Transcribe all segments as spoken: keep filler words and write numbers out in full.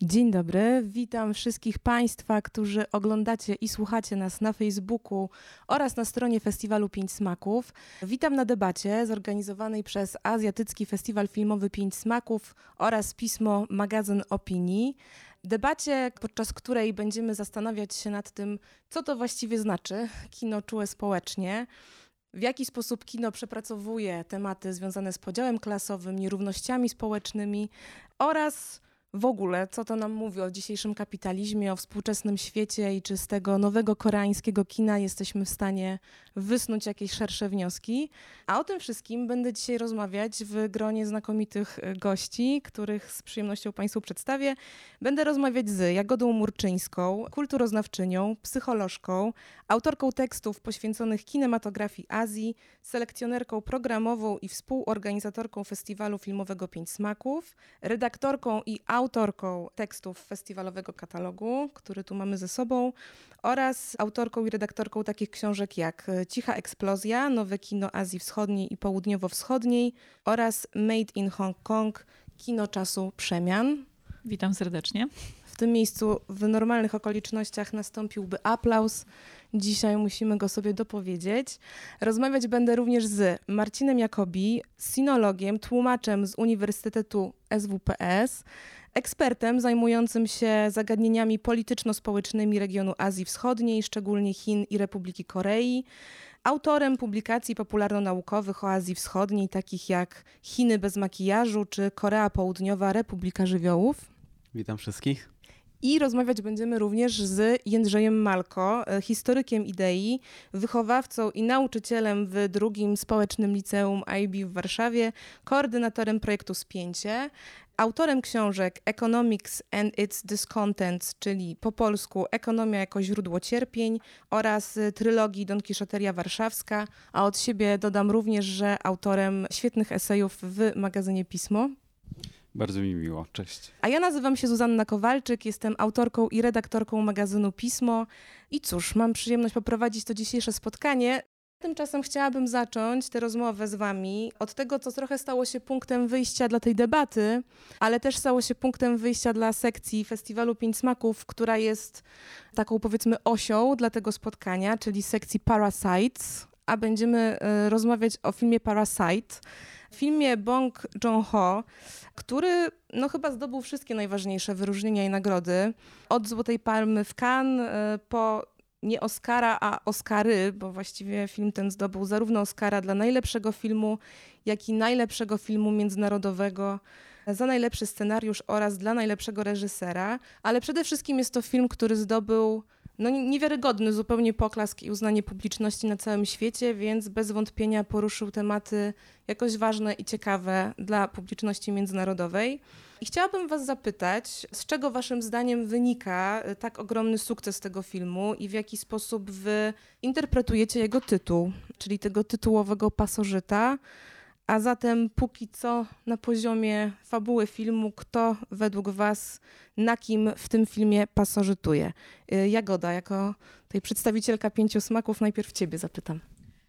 Dzień dobry, witam wszystkich Państwa, którzy oglądacie i słuchacie nas na Facebooku oraz na stronie Festiwalu Pięć Smaków. Witam na debacie zorganizowanej przez Azjatycki Festiwal Filmowy Pięć Smaków oraz pismo Magazyn Opinii. Debacie, podczas której będziemy zastanawiać się nad tym, co to właściwie znaczy kino czułe społecznie, w jaki sposób kino przepracowuje tematy związane z podziałem klasowym, nierównościami społecznymi oraz w ogóle, co to nam mówi o dzisiejszym kapitalizmie, o współczesnym świecie i czy z tego nowego koreańskiego kina jesteśmy w stanie wysnuć jakieś szersze wnioski. A o tym wszystkim będę dzisiaj rozmawiać w gronie znakomitych gości, których z przyjemnością Państwu przedstawię. Będę rozmawiać z Jagodą Murczyńską, kulturoznawczynią, psycholożką, autorką tekstów poświęconych kinematografii Azji, selekcjonerką programową i współorganizatorką Festiwalu Filmowego Pięć Smaków, redaktorką i autorką tekstów festiwalowego katalogu, który tu mamy ze sobą, oraz autorką i redaktorką takich książek jak Cicha Eksplozja, Nowe kino Azji Wschodniej i Południowo-Wschodniej oraz Made in Hong Kong, Kino czasu przemian. Witam serdecznie. W tym miejscu w normalnych okolicznościach nastąpiłby aplauz. Dzisiaj musimy go sobie dopowiedzieć. Rozmawiać będę również z Marcinem Jacobi, sinologiem, tłumaczem z Uniwersytetu S W P S, ekspertem zajmującym się zagadnieniami polityczno-społecznymi regionu Azji Wschodniej, szczególnie Chin i Republiki Korei, autorem publikacji popularno-naukowych o Azji Wschodniej, takich jak Chiny bez makijażu czy Korea Południowa, Republika Żywiołów. Witam wszystkich. I rozmawiać będziemy również z Jędrzejem Malko, historykiem idei, wychowawcą i nauczycielem w drugim Społecznym Liceum I B w Warszawie, koordynatorem projektu Spięcie, autorem książek Economics and its Discontents, czyli po polsku Ekonomia jako źródło cierpień, oraz trylogii Don Kiszoteria Warszawska, a od siebie dodam również, że autorem świetnych esejów w magazynie Pismo. Bardzo mi miło, cześć. A ja nazywam się Zuzanna Kowalczyk, jestem autorką i redaktorką magazynu Pismo i cóż, mam przyjemność poprowadzić to dzisiejsze spotkanie. Tymczasem chciałabym zacząć tę rozmowę z wami od tego, co trochę stało się punktem wyjścia dla tej debaty, ale też stało się punktem wyjścia dla sekcji Festiwalu Pięć Smaków, która jest taką, powiedzmy, osią dla tego spotkania, czyli sekcji Parasites, a będziemy y, rozmawiać o filmie Parasite, filmie Bong Joon-ho, który no chyba zdobył wszystkie najważniejsze wyróżnienia i nagrody. Od Złotej Palmy w Cannes po nie Oscara, a Oscary, bo właściwie film ten zdobył zarówno Oscara dla najlepszego filmu, jak i najlepszego filmu międzynarodowego za najlepszy scenariusz oraz dla najlepszego reżysera. Ale przede wszystkim jest to film, który zdobył no niewiarygodny zupełnie poklask i uznanie publiczności na całym świecie, więc bez wątpienia poruszył tematy jakoś ważne i ciekawe dla publiczności międzynarodowej. I chciałabym was zapytać, z czego waszym zdaniem wynika tak ogromny sukces tego filmu i w jaki sposób wy interpretujecie jego tytuł, czyli tego tytułowego pasożyta. A zatem póki co na poziomie fabuły filmu, kto według was, na kim w tym filmie pasożytuje? Jagoda, jako tej przedstawicielka Pięciu Smaków, najpierw ciebie zapytam.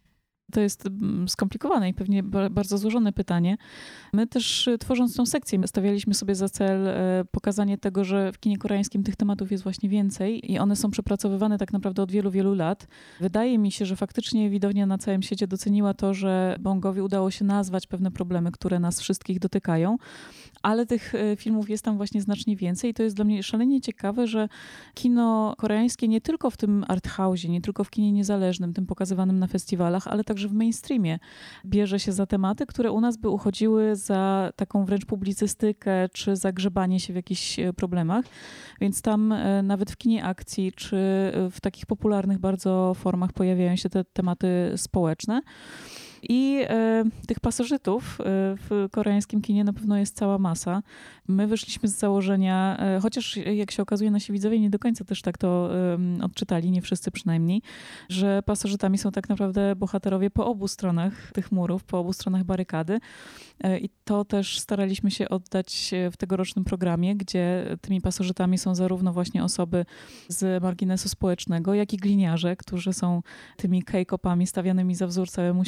To jest skomplikowane i pewnie bardzo złożone pytanie. My też, tworząc tą sekcję, stawialiśmy sobie za cel pokazanie tego, że w kinie koreańskim tych tematów jest właśnie więcej i one są przepracowywane tak naprawdę od wielu, wielu lat. Wydaje mi się, że faktycznie widownia na całym świecie doceniła to, że Bongowi udało się nazwać pewne problemy, które nas wszystkich dotykają, ale tych filmów jest tam właśnie znacznie więcej i to jest dla mnie szalenie ciekawe, że kino koreańskie nie tylko w tym arthouse'ie, nie tylko w kinie niezależnym, tym pokazywanym na festiwalach, ale także w mainstreamie bierze się za tematy, które u nas by uchodziły za taką wręcz publicystykę, czy za grzebanie się w jakichś problemach. Więc tam nawet w kinie akcji, czy w takich popularnych bardzo formach pojawiają się te tematy społeczne. I e, tych pasożytów e, w koreańskim kinie na pewno jest cała masa. My wyszliśmy z założenia, e, chociaż jak się okazuje nasi widzowie nie do końca też tak to e, odczytali, nie wszyscy przynajmniej, że pasożytami są tak naprawdę bohaterowie po obu stronach tych murów, po obu stronach barykady. E, I to też staraliśmy się oddać w tegorocznym programie, gdzie tymi pasożytami są zarówno właśnie osoby z marginesu społecznego, jak i gliniarze, którzy są tymi K-kopami stawianymi za wzór całemu światu,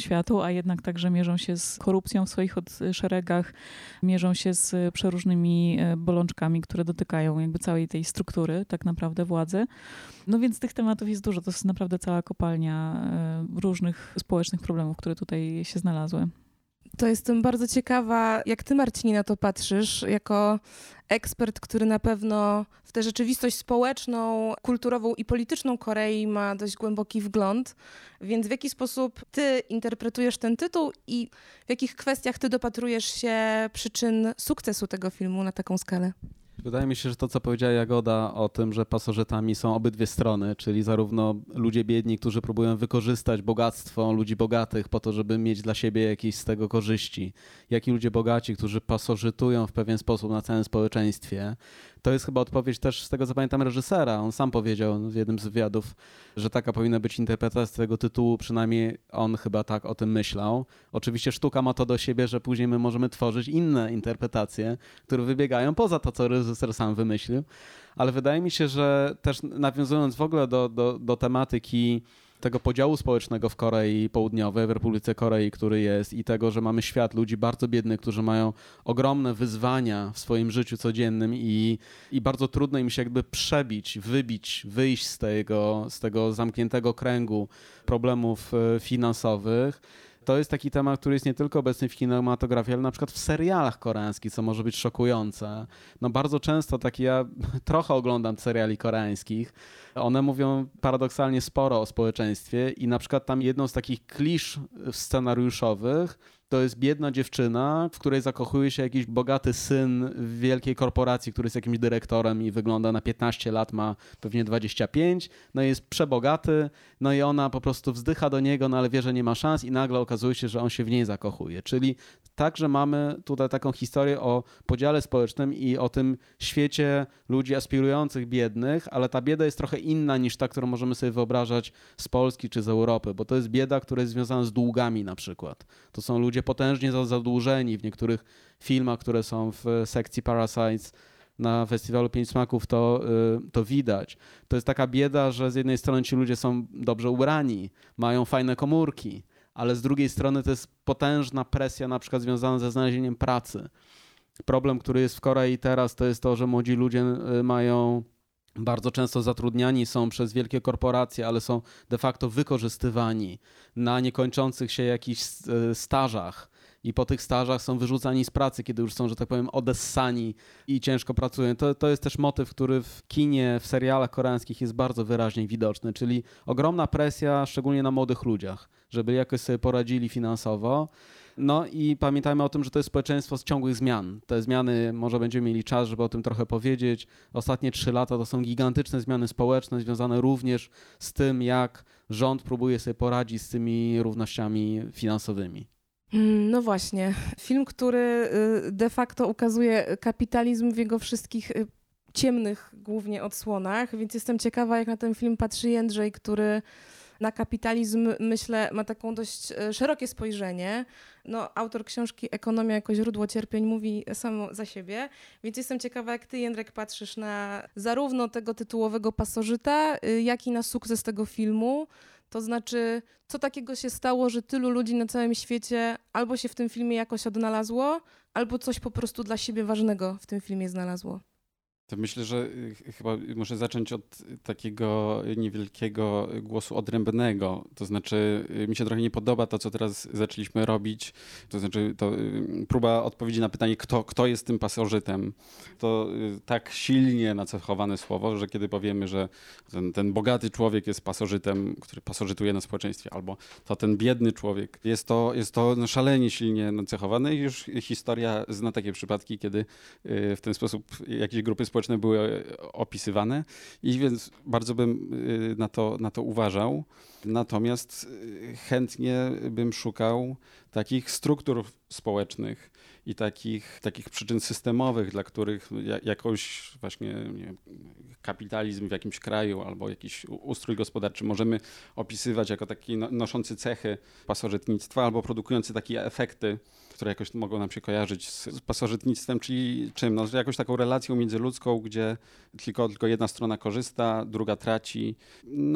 a jednak także mierzą się z korupcją w swoich szeregach, mierzą się z przeróżnymi bolączkami, które dotykają jakby całej tej struktury tak naprawdę władzy. No więc tych tematów jest dużo. To jest naprawdę cała kopalnia różnych społecznych problemów, które tutaj się znalazły. To jestem bardzo ciekawa, jak ty, Marcinie, na to patrzysz, jako ekspert, który na pewno w tę rzeczywistość społeczną, kulturową i polityczną Korei ma dość głęboki wgląd, więc w jaki sposób ty interpretujesz ten tytuł i w jakich kwestiach ty dopatrujesz się przyczyn sukcesu tego filmu na taką skalę? Wydaje mi się, że to, co powiedziała Jagoda o tym, że pasożytami są obydwie strony, czyli zarówno ludzie biedni, którzy próbują wykorzystać bogactwo ludzi bogatych po to, żeby mieć dla siebie jakieś z tego korzyści, jak i ludzie bogaci, którzy pasożytują w pewien sposób na całym społeczeństwie. To jest chyba odpowiedź też z tego, co pamiętam, reżysera. On sam powiedział w jednym z wywiadów, że taka powinna być interpretacja tego tytułu, przynajmniej on chyba tak o tym myślał. Oczywiście sztuka ma to do siebie, że później my możemy tworzyć inne interpretacje, które wybiegają poza to, co reżyser sam wymyślił, ale wydaje mi się, że też nawiązując w ogóle do, do, do tematyki tego podziału społecznego w Korei Południowej, w Republice Korei, który jest, i tego, że mamy świat ludzi bardzo biednych, którzy mają ogromne wyzwania w swoim życiu codziennym i, i bardzo trudno im się jakby przebić, wybić, wyjść z tego, z tego zamkniętego kręgu problemów finansowych. To jest taki temat, który jest nie tylko obecny w kinematografii, ale na przykład w serialach koreańskich, co może być szokujące. No bardzo często taki ja trochę oglądam seriali koreańskich. One mówią paradoksalnie sporo o społeczeństwie i na przykład tam jedną z takich klisz scenariuszowych to jest biedna dziewczyna, w której zakochuje się jakiś bogaty syn w wielkiej korporacji, który jest jakimś dyrektorem i wygląda na piętnaście lat, ma pewnie dwadzieścia pięć, no i jest przebogaty, no i ona po prostu wzdycha do niego, no ale wie, że nie ma szans i nagle okazuje się, że on się w niej zakochuje. Czyli także mamy tutaj taką historię o podziale społecznym i o tym świecie ludzi aspirujących, biednych, ale ta bieda jest trochę inna niż ta, którą możemy sobie wyobrażać z Polski czy z Europy, bo to jest bieda, która jest związana z długami na przykład. To są ludzie potężnie zadłużeni. W niektórych filmach, które są w sekcji Parasites na Festiwalu Pięć Smaków, to, to widać. To jest taka bieda, że z jednej strony ci ludzie są dobrze ubrani, mają fajne komórki, ale z drugiej strony to jest potężna presja na przykład związana ze znalezieniem pracy. Problem, który jest w Korei teraz, to jest to, że młodzi ludzie mają bardzo często zatrudniani są przez wielkie korporacje, ale są de facto wykorzystywani na niekończących się jakichś stażach i po tych stażach są wyrzucani z pracy, kiedy już są, że tak powiem, odessani i ciężko pracują. To, to jest też motyw, który w kinie, w serialach koreańskich jest bardzo wyraźnie widoczny, czyli ogromna presja, szczególnie na młodych ludziach, żeby jakoś sobie poradzili finansowo. No i pamiętajmy o tym, że to jest społeczeństwo z ciągłych zmian. Te zmiany, może będziemy mieli czas, żeby o tym trochę powiedzieć. Ostatnie trzy lata to są gigantyczne zmiany społeczne, związane również z tym, jak rząd próbuje sobie poradzić z tymi równościami finansowymi. No właśnie. Film, który de facto ukazuje kapitalizm w jego wszystkich ciemnych głównie odsłonach, więc jestem ciekawa, jak na ten film patrzy Jędrzej, który na kapitalizm, myślę, ma taką dość szerokie spojrzenie. No, autor książki Ekonomia jako źródło cierpień mówi samo za siebie, więc jestem ciekawa, jak ty, Jędrek, patrzysz na zarówno tego tytułowego pasożyta, jak i na sukces tego filmu. To znaczy, co takiego się stało, że tylu ludzi na całym świecie albo się w tym filmie jakoś odnalazło, albo coś po prostu dla siebie ważnego w tym filmie znalazło. To myślę, że chyba muszę zacząć od takiego niewielkiego głosu odrębnego. To znaczy, mi się trochę nie podoba to, co teraz zaczęliśmy robić. To znaczy, to próba odpowiedzi na pytanie, kto, kto jest tym pasożytem. To tak silnie nacechowane słowo, że kiedy powiemy, że ten, ten bogaty człowiek jest pasożytem, który pasożytuje na społeczeństwie, albo to ten biedny człowiek, jest to, jest to no szalenie silnie nacechowane i już historia zna takie przypadki, kiedy w ten sposób jakieś grupy społeczne były opisywane i więc bardzo bym na to, na to uważał. Natomiast chętnie bym szukał takich struktur społecznych i takich, takich przyczyn systemowych, dla których jakoś właśnie nie wiem, kapitalizm w jakimś kraju albo jakiś ustrój gospodarczy możemy opisywać jako taki noszący cechy pasożytnictwa albo produkujący takie efekty, które jakoś mogą nam się kojarzyć z pasożytnictwem, czyli czym? No, jakoś taką relacją międzyludzką, gdzie tylko, tylko jedna strona korzysta, druga traci. No i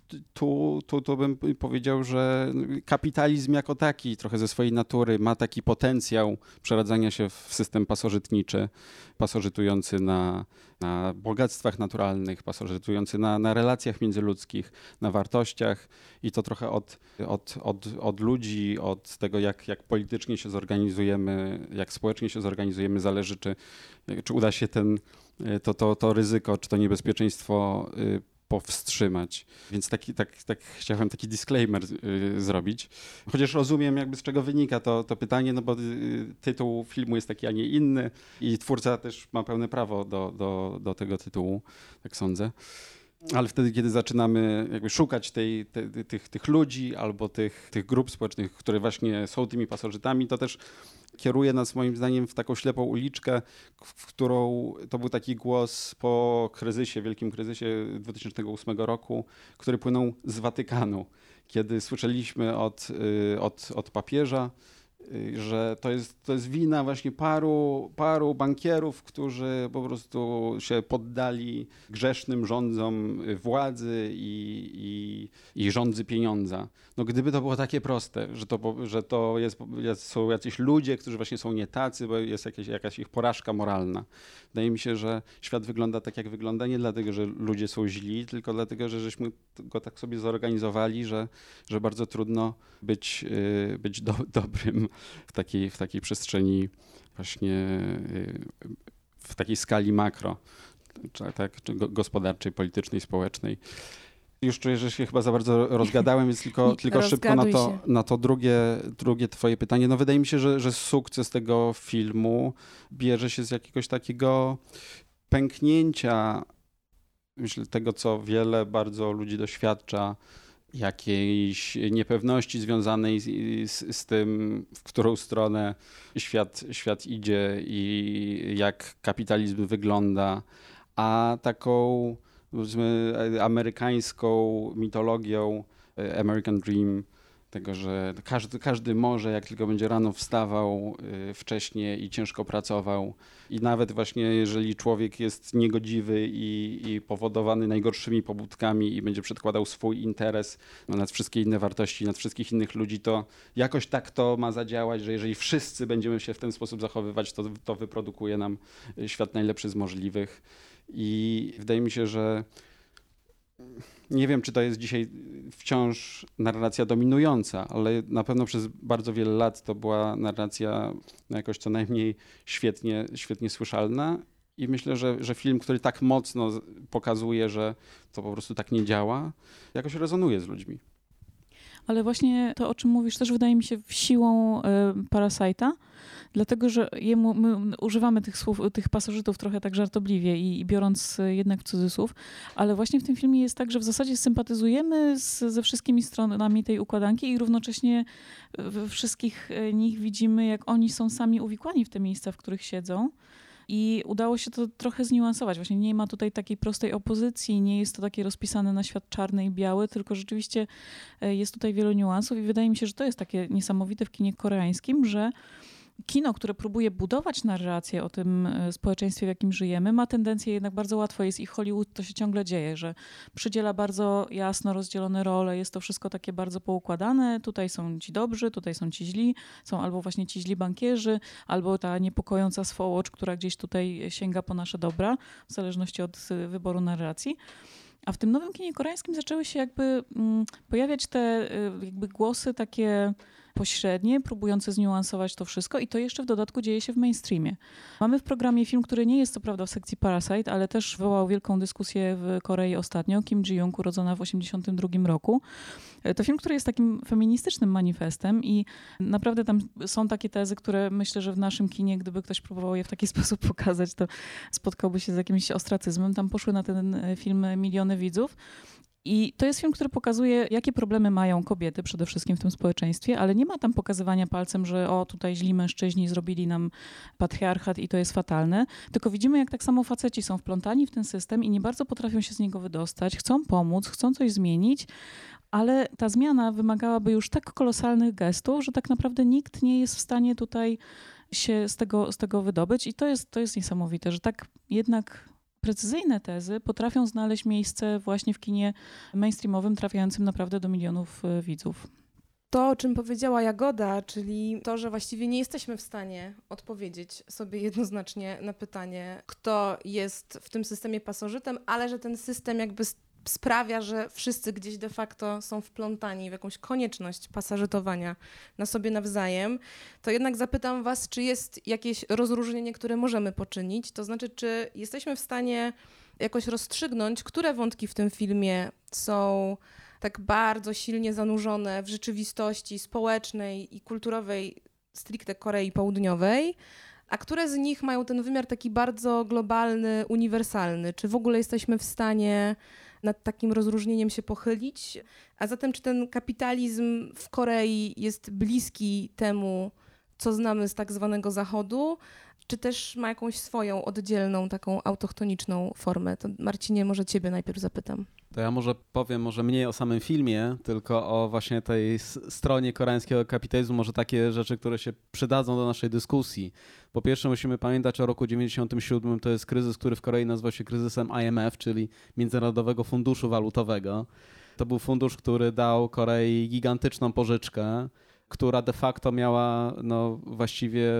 tu, tu, tu bym powiedział, że kapitalizm jako taki trochę ze swojej natury ma taki potencjał przeradzania się w system pasożytniczy, pasożytujący na, na bogactwach naturalnych, pasożytujący na, na relacjach międzyludzkich, na wartościach i to trochę od, od, od, od ludzi, od tego jak, jak politycznie się zorganizujemy, jak społecznie się zorganizujemy, zależy czy, czy uda się ten, to, to, to ryzyko, czy to niebezpieczeństwo powstrzymać. Więc taki, tak, tak chciałem taki disclaimer y, zrobić. Chociaż rozumiem jakby z czego wynika to, to pytanie, no bo y, tytuł filmu jest taki, a nie inny i twórca też ma pełne prawo do, do, do tego tytułu, tak sądzę. Ale wtedy, kiedy zaczynamy jakby szukać tej, te, tych, tych ludzi albo tych, tych grup społecznych, które właśnie są tymi pasożytami, to też kieruje nas moim zdaniem w taką ślepą uliczkę, w którą to był taki głos po kryzysie, wielkim kryzysie dwa tysiące ósmego roku, który płynął z Watykanu, kiedy słyszeliśmy od, od, od papieża, że to jest, to jest wina właśnie paru, paru bankierów, którzy po prostu się poddali grzesznym rządzom władzy i, i, i rządzy pieniądza. No gdyby to było takie proste, że to, że to jest, są jacyś ludzie, którzy właśnie są nie tacy, bo jest jakieś, jakaś ich porażka moralna. Wydaje mi się, że świat wygląda tak, jak wygląda, nie dlatego, że ludzie są źli, tylko dlatego, że żeśmy go tak sobie zorganizowali, że, że bardzo trudno być, być do, dobrym w takiej, w takiej przestrzeni właśnie w takiej skali makro, tak, czy gospodarczej, politycznej, społecznej. Już czuję, że się chyba za bardzo rozgadałem, więc tylko, tylko szybko na to, na to drugie, drugie twoje pytanie. No wydaje mi się, że, że sukces tego filmu bierze się z jakiegoś takiego pęknięcia, myślę, tego, co wiele bardzo ludzi doświadcza, jakiejś niepewności związanej z, z, z tym, w którą stronę świat, świat idzie i jak kapitalizm wygląda, a taką powiedzmy amerykańską mitologią American Dream, tego, że każdy, każdy może, jak tylko będzie rano wstawał wcześnie i ciężko pracował i nawet właśnie jeżeli człowiek jest niegodziwy i, i powodowany najgorszymi pobudkami i będzie przedkładał swój interes nad wszystkie inne wartości, nad wszystkich innych ludzi, to jakoś tak to ma zadziałać, że jeżeli wszyscy będziemy się w ten sposób zachowywać, to, to wyprodukuje nam świat najlepszy z możliwych. I wydaje mi się, że nie wiem, czy to jest dzisiaj wciąż narracja dominująca, ale na pewno przez bardzo wiele lat to była narracja jakoś co najmniej świetnie, świetnie słyszalna. I myślę, że, że film, który tak mocno pokazuje, że to po prostu tak nie działa, jakoś rezonuje z ludźmi. Ale właśnie to, o czym mówisz, też wydaje mi się siłą y, Parasite'a, dlatego, że jemu, my używamy tych słów, tych pasożytów trochę tak żartobliwie i, i biorąc jednak w cudzysłów, ale właśnie w tym filmie jest tak, że w zasadzie sympatyzujemy z, ze wszystkimi stronami tej układanki i równocześnie we wszystkich nich widzimy, jak oni są sami uwikłani w te miejsca, w których siedzą. I udało się to trochę zniuansować. Właśnie nie ma tutaj takiej prostej opozycji, nie jest to takie rozpisane na świat czarny i biały, tylko rzeczywiście jest tutaj wielu niuansów i wydaje mi się, że to jest takie niesamowite w kinie koreańskim, że kino, które próbuje budować narrację o tym społeczeństwie, w jakim żyjemy, ma tendencję jednak bardzo łatwo jest i w Hollywood to się ciągle dzieje, że przydziela bardzo jasno rozdzielone role, jest to wszystko takie bardzo poukładane, tutaj są ci dobrzy, tutaj są ci źli, są albo właśnie ci źli bankierzy, albo ta niepokojąca swołocz, która gdzieś tutaj sięga po nasze dobra, w zależności od wyboru narracji. A w tym nowym kinie koreańskim zaczęły się jakby mm, pojawiać te y, jakby głosy takie pośrednie, próbujące zniuansować to wszystko i to jeszcze w dodatku dzieje się w mainstreamie. Mamy w programie film, który nie jest co prawda w sekcji Parasite, ale też wywołał wielką dyskusję w Korei ostatnio. Kim Ji-young, urodzona w osiemdziesiątym drugim roku. To film, który jest takim feministycznym manifestem i naprawdę tam są takie tezy, które myślę, że w naszym kinie, gdyby ktoś próbował je w taki sposób pokazać, to spotkałby się z jakimś ostracyzmem. Tam poszły na ten film miliony widzów. I to jest film, który pokazuje, jakie problemy mają kobiety przede wszystkim w tym społeczeństwie, ale nie ma tam pokazywania palcem, że o, tutaj źli mężczyźni zrobili nam patriarchat i to jest fatalne, tylko widzimy, jak tak samo faceci są wplątani w ten system i nie bardzo potrafią się z niego wydostać, chcą pomóc, chcą coś zmienić, ale ta zmiana wymagałaby już tak kolosalnych gestów, że tak naprawdę nikt nie jest w stanie tutaj się z tego, z tego wydobyć i to jest, to jest niesamowite, że tak jednak precyzyjne tezy potrafią znaleźć miejsce właśnie w kinie mainstreamowym, trafiającym naprawdę do milionów widzów. To, o czym powiedziała Jagoda, czyli to, że właściwie nie jesteśmy w stanie odpowiedzieć sobie jednoznacznie na pytanie, kto jest w tym systemie pasożytem, ale że ten system jakby sprawia, że wszyscy gdzieś de facto są wplątani w jakąś konieczność pasożytowania na sobie nawzajem, to jednak zapytam was, czy jest jakieś rozróżnienie, które możemy poczynić, to znaczy, czy jesteśmy w stanie jakoś rozstrzygnąć, które wątki w tym filmie są tak bardzo silnie zanurzone w rzeczywistości społecznej i kulturowej stricte Korei Południowej, a które z nich mają ten wymiar taki bardzo globalny, uniwersalny. Czy w ogóle jesteśmy w stanie nad takim rozróżnieniem się pochylić? A zatem czy ten kapitalizm w Korei jest bliski temu, co znamy z tak zwanego Zachodu, czy też ma jakąś swoją oddzielną, taką autochtoniczną formę? To Marcinie, może ciebie najpierw zapytam. To ja może powiem może mniej o samym filmie, tylko o właśnie tej stronie koreańskiego kapitalizmu, może takie rzeczy, które się przydadzą do naszej dyskusji. Po pierwsze musimy pamiętać o roku dziewięćdziesiątym siódmym, to jest kryzys, który w Korei nazywa się kryzysem I M F, czyli Międzynarodowego Funduszu Walutowego. To był fundusz, który dał Korei gigantyczną pożyczkę, która de facto miała, no właściwie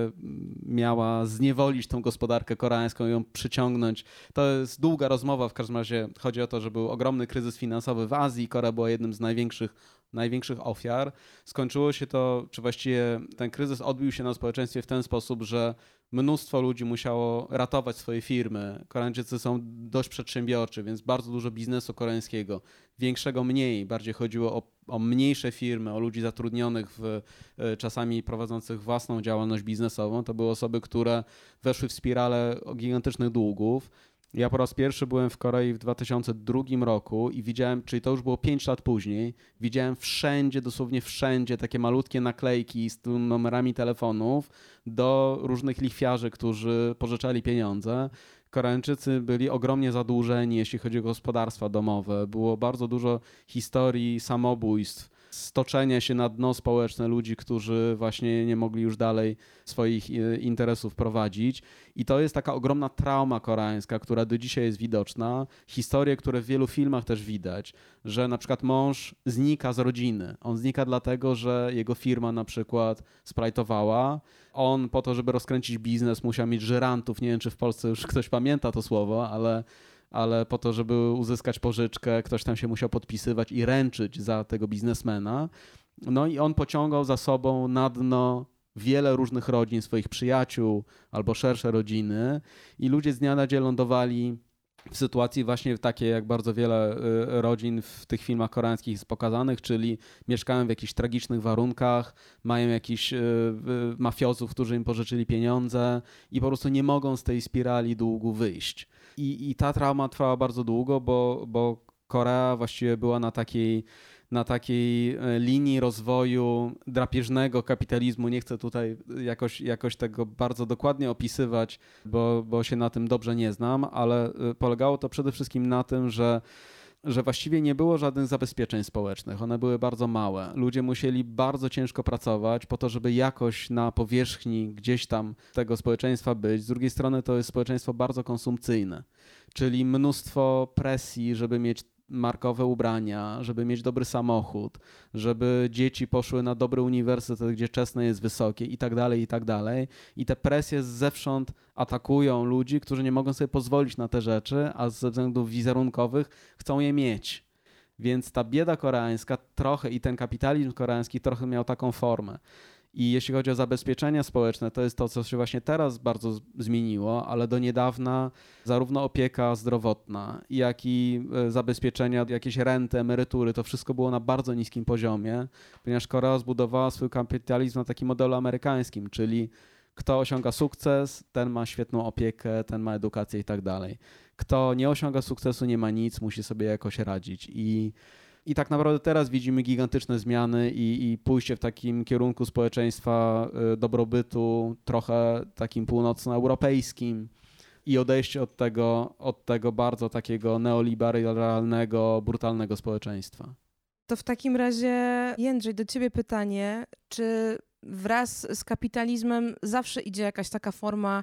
miała zniewolić tą gospodarkę koreańską i ją przyciągnąć. To jest długa rozmowa, w każdym razie chodzi o to, że był ogromny kryzys finansowy w Azji, Korea była jednym z największych, największych ofiar. Skończyło się to, czy właściwie ten kryzys odbił się na społeczeństwie w ten sposób, że mnóstwo ludzi musiało ratować swoje firmy. Koreańczycy są dość przedsiębiorczy, więc bardzo dużo biznesu koreańskiego, większego mniej, bardziej chodziło o, o mniejsze firmy, o ludzi zatrudnionych, w, czasami prowadzących własną działalność biznesową. To były osoby, które weszły w spiralę gigantycznych długów. Ja po raz pierwszy byłem w Korei w dwa tysiące drugim roku i widziałem, czyli to już było pięć lat później, widziałem wszędzie, dosłownie wszędzie takie malutkie naklejki z numerami telefonów do różnych lichwiarzy, którzy pożyczali pieniądze. Koreańczycy byli ogromnie zadłużeni, jeśli chodzi o gospodarstwa domowe. Było bardzo dużo historii samobójstw, stoczenia się na dno społeczne ludzi, którzy właśnie nie mogli już dalej swoich interesów prowadzić. I to jest taka ogromna trauma koreańska, która do dzisiaj jest widoczna. Historie, które w wielu filmach też widać, że na przykład mąż znika z rodziny. On znika dlatego, że jego firma na przykład splajtowała. On po to, żeby rozkręcić biznes, musiał mieć żyrantów. Nie wiem, czy w Polsce już ktoś pamięta to słowo, ale ale po to, żeby uzyskać pożyczkę, ktoś tam się musiał podpisywać i ręczyć za tego biznesmena. No i on pociągał za sobą na dno wiele różnych rodzin, swoich przyjaciół albo szersze rodziny i ludzie z dnia na dzień lądowali w sytuacji właśnie takiej, jak bardzo wiele rodzin w tych filmach koreańskich jest pokazanych, czyli mieszkają w jakichś tragicznych warunkach, mają jakichś mafiozów, którzy im pożyczyli pieniądze i po prostu nie mogą z tej spirali długu wyjść. I, i ta trauma trwała bardzo długo, bo, bo Korea właściwie była na takiej, na takiej linii rozwoju drapieżnego kapitalizmu. Nie chcę tutaj jakoś, jakoś tego bardzo dokładnie opisywać, bo, bo się na tym dobrze nie znam, ale polegało to przede wszystkim na tym, że że właściwie nie było żadnych zabezpieczeń społecznych. One były bardzo małe. Ludzie musieli bardzo ciężko pracować po to, żeby jakoś na powierzchni gdzieś tam tego społeczeństwa być. Z drugiej strony to jest społeczeństwo bardzo konsumpcyjne, czyli mnóstwo presji, żeby mieć markowe ubrania, żeby mieć dobry samochód, żeby dzieci poszły na dobry uniwersytet, gdzie czesne jest wysokie i tak dalej, i tak dalej. I te presje zewsząd atakują ludzi, którzy nie mogą sobie pozwolić na te rzeczy, a ze względów wizerunkowych chcą je mieć. Więc ta bieda koreańska trochę i ten kapitalizm koreański trochę miał taką formę. I jeśli chodzi o zabezpieczenia społeczne, to jest to, co się właśnie teraz bardzo zmieniło, ale do niedawna zarówno opieka zdrowotna, jak i zabezpieczenia, jakieś renty, emerytury, to wszystko było na bardzo niskim poziomie, ponieważ Korea zbudowała swój kapitalizm na takim modelu amerykańskim, czyli kto osiąga sukces, ten ma świetną opiekę, ten ma edukację i tak dalej. Kto nie osiąga sukcesu, nie ma nic, musi sobie jakoś radzić. I I tak naprawdę teraz widzimy gigantyczne zmiany i, i pójście w takim kierunku społeczeństwa dobrobytu, trochę takim północnoeuropejskim i odejście od tego, od tego bardzo takiego neoliberalnego, brutalnego społeczeństwa. To w takim razie, Jędrzej, do ciebie pytanie, czy wraz z kapitalizmem zawsze idzie jakaś taka forma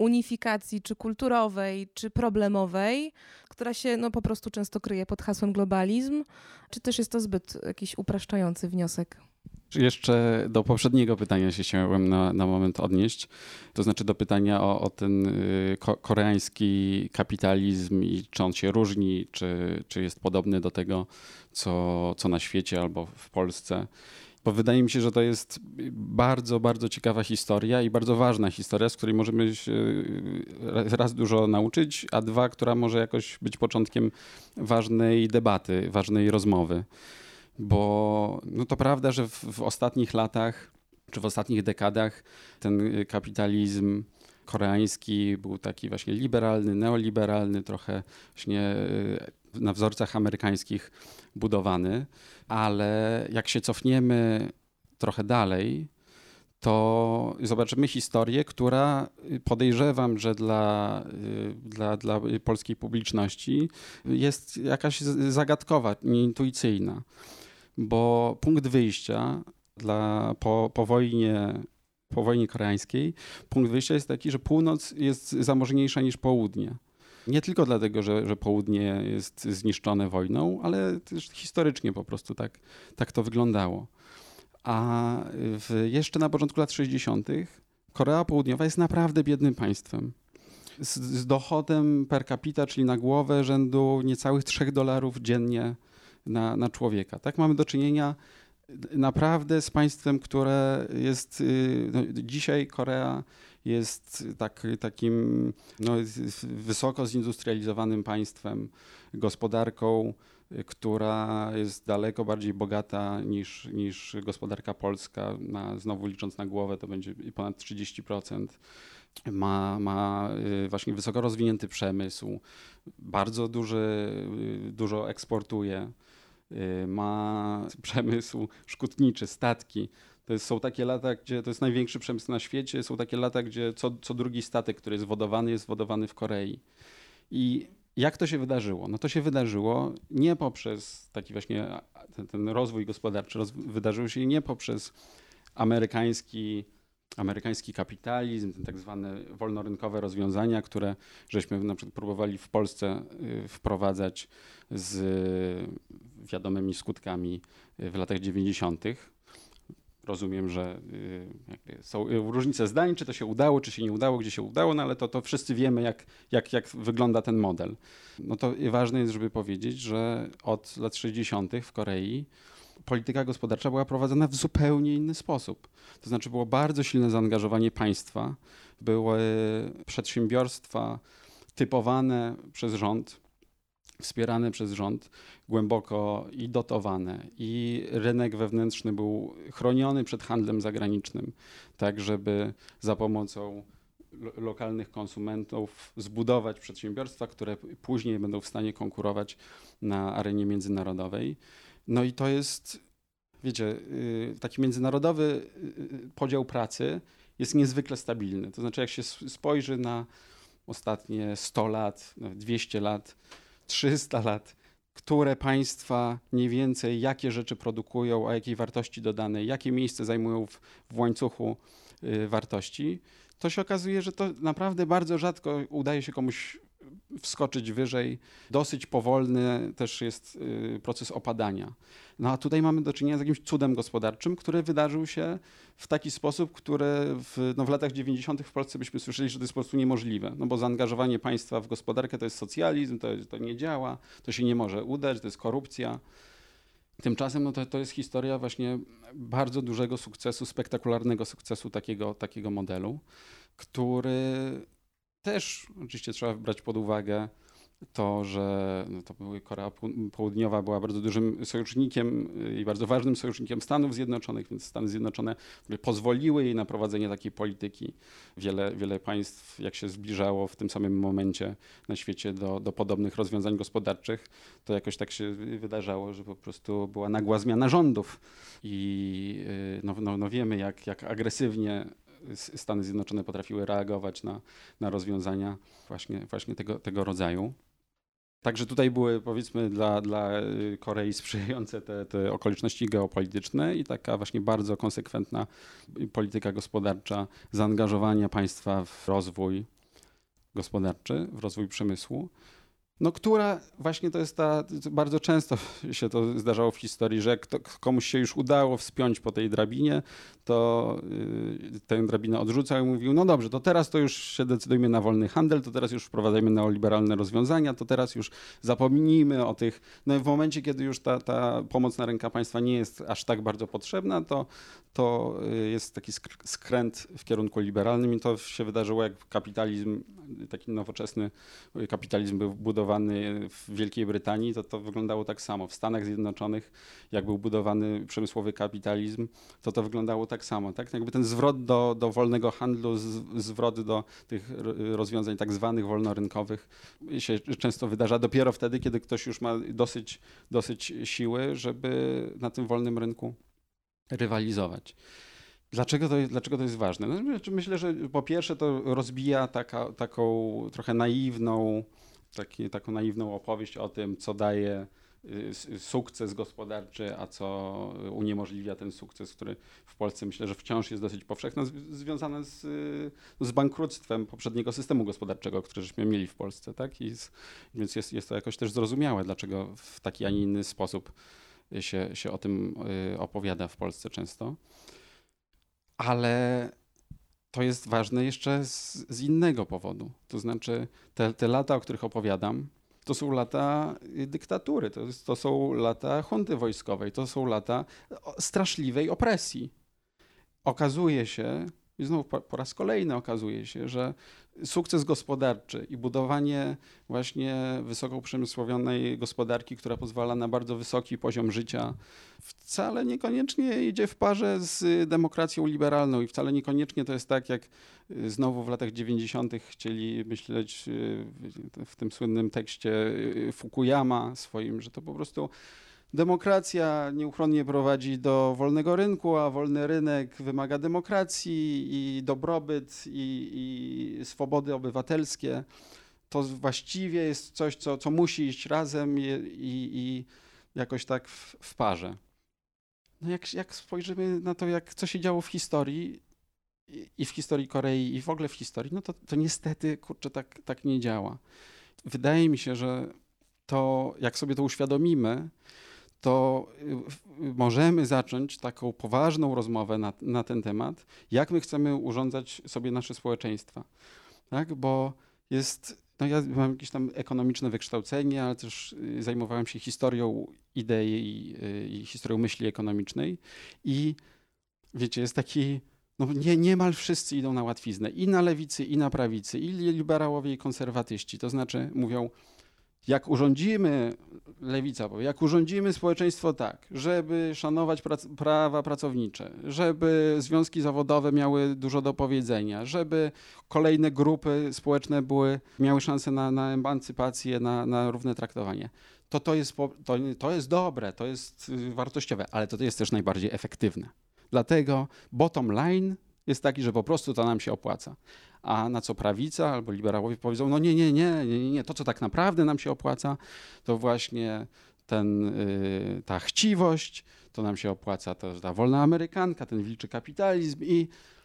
unifikacji, czy kulturowej, czy problemowej, która się no, po prostu często kryje pod hasłem globalizm, czy też jest to zbyt jakiś upraszczający wniosek? Jeszcze do poprzedniego pytania się chciałem na, na moment odnieść, to znaczy do pytania o, o ten y, ko- koreański kapitalizm i czy on się różni, czy, czy jest podobny do tego, co, co na świecie albo w Polsce. Bo wydaje mi się, że to jest bardzo, bardzo ciekawa historia i bardzo ważna historia, z której możemy się raz dużo nauczyć, a dwa, która może jakoś być początkiem ważnej debaty, ważnej rozmowy. Bo no to prawda, że w, w ostatnich latach, czy w ostatnich dekadach ten kapitalizm koreański był taki właśnie liberalny, neoliberalny, trochę właśnie na wzorcach amerykańskich budowany, ale jak się cofniemy trochę dalej, to zobaczymy historię, która podejrzewam, że dla, dla, dla polskiej publiczności jest jakaś zagadkowa, nieintuicyjna. Bo punkt wyjścia dla, po, po, wojnie, po wojnie koreańskiej, punkt wyjścia jest taki, że północ jest zamożniejsza niż południe. Nie tylko dlatego, że, że południe jest zniszczone wojną, ale też historycznie po prostu tak, tak to wyglądało. A w, jeszcze na początku lat sześćdziesiątych Korea Południowa jest naprawdę biednym państwem. Z, z dochodem per capita, czyli na głowę rzędu niecałych trzech dolarów dziennie na, na człowieka. Tak mamy do czynienia naprawdę z państwem, które jest, no, dzisiaj Korea jest tak, takim no, wysoko zindustrializowanym państwem, gospodarką, która jest daleko bardziej bogata niż, niż gospodarka polska. Ma, znowu licząc na głowę, to będzie ponad trzydzieści procent. Ma, ma właśnie wysoko rozwinięty przemysł, bardzo duży, dużo eksportuje. Ma przemysł szkutniczy, statki. To jest, są takie lata, gdzie to jest największy przemysł na świecie, są takie lata, gdzie co, co drugi statek, który jest wodowany, jest wodowany w Korei. I jak to się wydarzyło? No to się wydarzyło nie poprzez taki właśnie ten, ten rozwój gospodarczy, roz, wydarzyło się nie poprzez amerykański, amerykański kapitalizm, ten tak zwane wolnorynkowe rozwiązania, które żeśmy na przykład próbowali w Polsce wprowadzać z wiadomymi skutkami w latach dziewięćdziesiątych. Rozumiem, że są różnice zdań, czy to się udało, czy się nie udało, gdzie się udało, no ale to, to wszyscy wiemy, jak, jak, jak wygląda ten model. No to ważne jest, żeby powiedzieć, że od lat sześćdziesiątych w Korei polityka gospodarcza była prowadzona w zupełnie inny sposób. To znaczy było bardzo silne zaangażowanie państwa, były przedsiębiorstwa typowane przez rząd, wspierane przez rząd, głęboko i dotowane. I rynek wewnętrzny był chroniony przed handlem zagranicznym, tak żeby za pomocą lo- lokalnych konsumentów zbudować przedsiębiorstwa, które później będą w stanie konkurować na arenie międzynarodowej. No i to jest, wiecie, taki międzynarodowy podział pracy jest niezwykle stabilny. To znaczy jak się spojrzy na ostatnie sto lat, dwieście lat, trzysta lat, które państwa mniej więcej jakie rzeczy produkują, a jakiej wartości dodanej, jakie miejsce zajmują w, w łańcuchu y, wartości, to się okazuje, że to naprawdę bardzo rzadko udaje się komuś wskoczyć wyżej. Dosyć powolny też jest y, proces opadania. No a tutaj mamy do czynienia z jakimś cudem gospodarczym, który wydarzył się w taki sposób, który w, no w latach dziewięćdziesiątych w Polsce byśmy słyszeli, że to jest po prostu niemożliwe. No bo zaangażowanie państwa w gospodarkę to jest socjalizm, to, to nie działa, to się nie może udać, to jest korupcja. Tymczasem no to, to jest historia właśnie bardzo dużego sukcesu, spektakularnego sukcesu takiego, takiego modelu, który też oczywiście trzeba brać pod uwagę to, że no to Korea Południowa była bardzo dużym sojusznikiem i bardzo ważnym sojusznikiem Stanów Zjednoczonych, więc Stany Zjednoczone pozwoliły jej na prowadzenie takiej polityki. Wiele, wiele państw, jak się zbliżało w tym samym momencie na świecie do, do podobnych rozwiązań gospodarczych, to jakoś tak się wydarzało, że po prostu była nagła zmiana rządów. I no, no, no wiemy, jak, jak agresywnie Stany Zjednoczone potrafiły reagować na, na rozwiązania właśnie, właśnie tego, tego rodzaju. Także tutaj były, powiedzmy, dla, dla Korei sprzyjające te, te okoliczności geopolityczne i taka właśnie bardzo konsekwentna polityka gospodarcza, zaangażowania państwa w rozwój. gospodarczy, w rozwój przemysłu, no która właśnie to jest ta, bardzo często się to zdarzało w historii, że jak to, komuś się już udało wspiąć po tej drabinie, to yy, tę drabinę odrzucał i mówił, no dobrze, to teraz to już się decydujmy na wolny handel, to teraz już wprowadzajmy neoliberalne rozwiązania, to teraz już zapomnijmy o tych, no i w momencie, kiedy już ta, ta pomocna ręka państwa nie jest aż tak bardzo potrzebna, to, to jest taki skręt w kierunku liberalnym i to się wydarzyło, jak kapitalizm, taki nowoczesny kapitalizm był budowany w Wielkiej Brytanii, to to wyglądało tak samo. W Stanach Zjednoczonych, jak był budowany przemysłowy kapitalizm, to to wyglądało tak samo. Tak? Jakby ten zwrot do, do wolnego handlu, z, zwrot do tych rozwiązań tak zwanych wolnorynkowych się często wydarza dopiero wtedy, kiedy ktoś już ma dosyć, dosyć siły, żeby na tym wolnym rynku rywalizować. Dlaczego to, jest, dlaczego to jest ważne? No, myślę, że po pierwsze to rozbija taka, taką trochę naiwną, taki, taką naiwną opowieść o tym, co daje sukces gospodarczy, a co uniemożliwia ten sukces, który w Polsce myślę, że wciąż jest dosyć powszechny, związany z, z bankructwem poprzedniego systemu gospodarczego, który żeśmy mieli w Polsce. Tak? I z, więc jest, jest to jakoś też zrozumiałe, dlaczego w taki, a nie inny sposób się, się o tym opowiada w Polsce często. Ale to jest ważne jeszcze z, z innego powodu. To znaczy te, te lata, o których opowiadam, to są lata dyktatury, to, jest, to są lata junty wojskowej, to są lata straszliwej opresji. Okazuje się, i znowu po, po raz kolejny okazuje się, że sukces gospodarczy i budowanie właśnie wysoko uprzemysłowionej gospodarki, która pozwala na bardzo wysoki poziom życia, wcale niekoniecznie idzie w parze z demokracją liberalną i wcale niekoniecznie to jest tak, jak znowu w latach dziewięćdziesiątych chcieli myśleć w tym słynnym tekście Fukuyama swoim, że to po prostu demokracja nieuchronnie prowadzi do wolnego rynku, a wolny rynek wymaga demokracji i dobrobyt i, i swobody obywatelskie. To właściwie jest coś, co, co musi iść razem i, i, i jakoś tak w, w parze. No jak, jak spojrzymy na to, jak, co się działo w historii i, i w historii Korei i w ogóle w historii, no to, to niestety, kurczę, tak, tak nie działa. Wydaje mi się, że to, jak sobie to uświadomimy, to możemy zacząć taką poważną rozmowę na, na ten temat, jak my chcemy urządzać sobie nasze społeczeństwa. Tak? Bo jest, no ja mam jakieś tam ekonomiczne wykształcenie, ale też zajmowałem się historią idei i, i historią myśli ekonomicznej i wiecie, jest taki, no nie, niemal wszyscy idą na łatwiznę, i na lewicy, i na prawicy, i liberałowie, i konserwatyści. To znaczy mówią, jak urządzimy, lewica powie, jak urządzimy społeczeństwo tak, żeby szanować prac, prawa pracownicze, żeby związki zawodowe miały dużo do powiedzenia, żeby kolejne grupy społeczne były, miały szansę na, na emancypację, na, na równe traktowanie, to to jest, to, to jest dobre, to jest wartościowe, ale to, to jest też najbardziej efektywne. Dlatego bottom line jest taki, że po prostu to nam się opłaca. A na co prawica albo liberałowie powiedzą, no nie, nie, nie, nie, nie, to co tak naprawdę nam się opłaca, to właśnie ten, yy, ta chciwość, to nam się opłaca to ta wolna amerykanka, ten wilczy kapitalizm i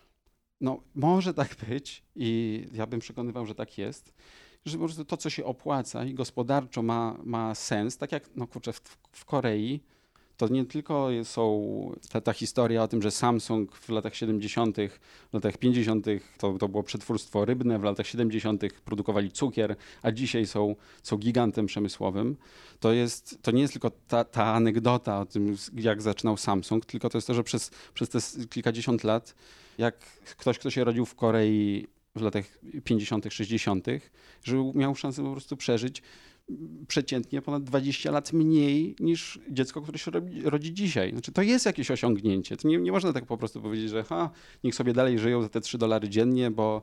no może tak być i ja bym przekonywał, że tak jest, że po prostu to, co się opłaca i gospodarczo ma, ma sens, tak jak no kurczę, w, w Korei, to nie tylko są ta, ta historia o tym, że Samsung w latach siedemdziesiątych, w latach pięćdziesiątych to, to było przetwórstwo rybne, w latach siedemdziesiątych produkowali cukier, a dzisiaj są, są gigantem przemysłowym. To, jest, to nie jest tylko ta, ta anegdota o tym, jak zaczynał Samsung, tylko to jest to, że przez, przez te kilkadziesiąt lat, jak ktoś, kto się rodził w Korei w latach pięćdziesiątych, sześćdziesiątych, że miał szansę po prostu przeżyć przeciętnie ponad dwadzieścia lat mniej niż dziecko, które się rodzi, rodzi dzisiaj. Znaczy, to jest jakieś osiągnięcie. To nie, nie można tak po prostu powiedzieć, że ha, niech sobie dalej żyją za te trzy dolary dziennie, bo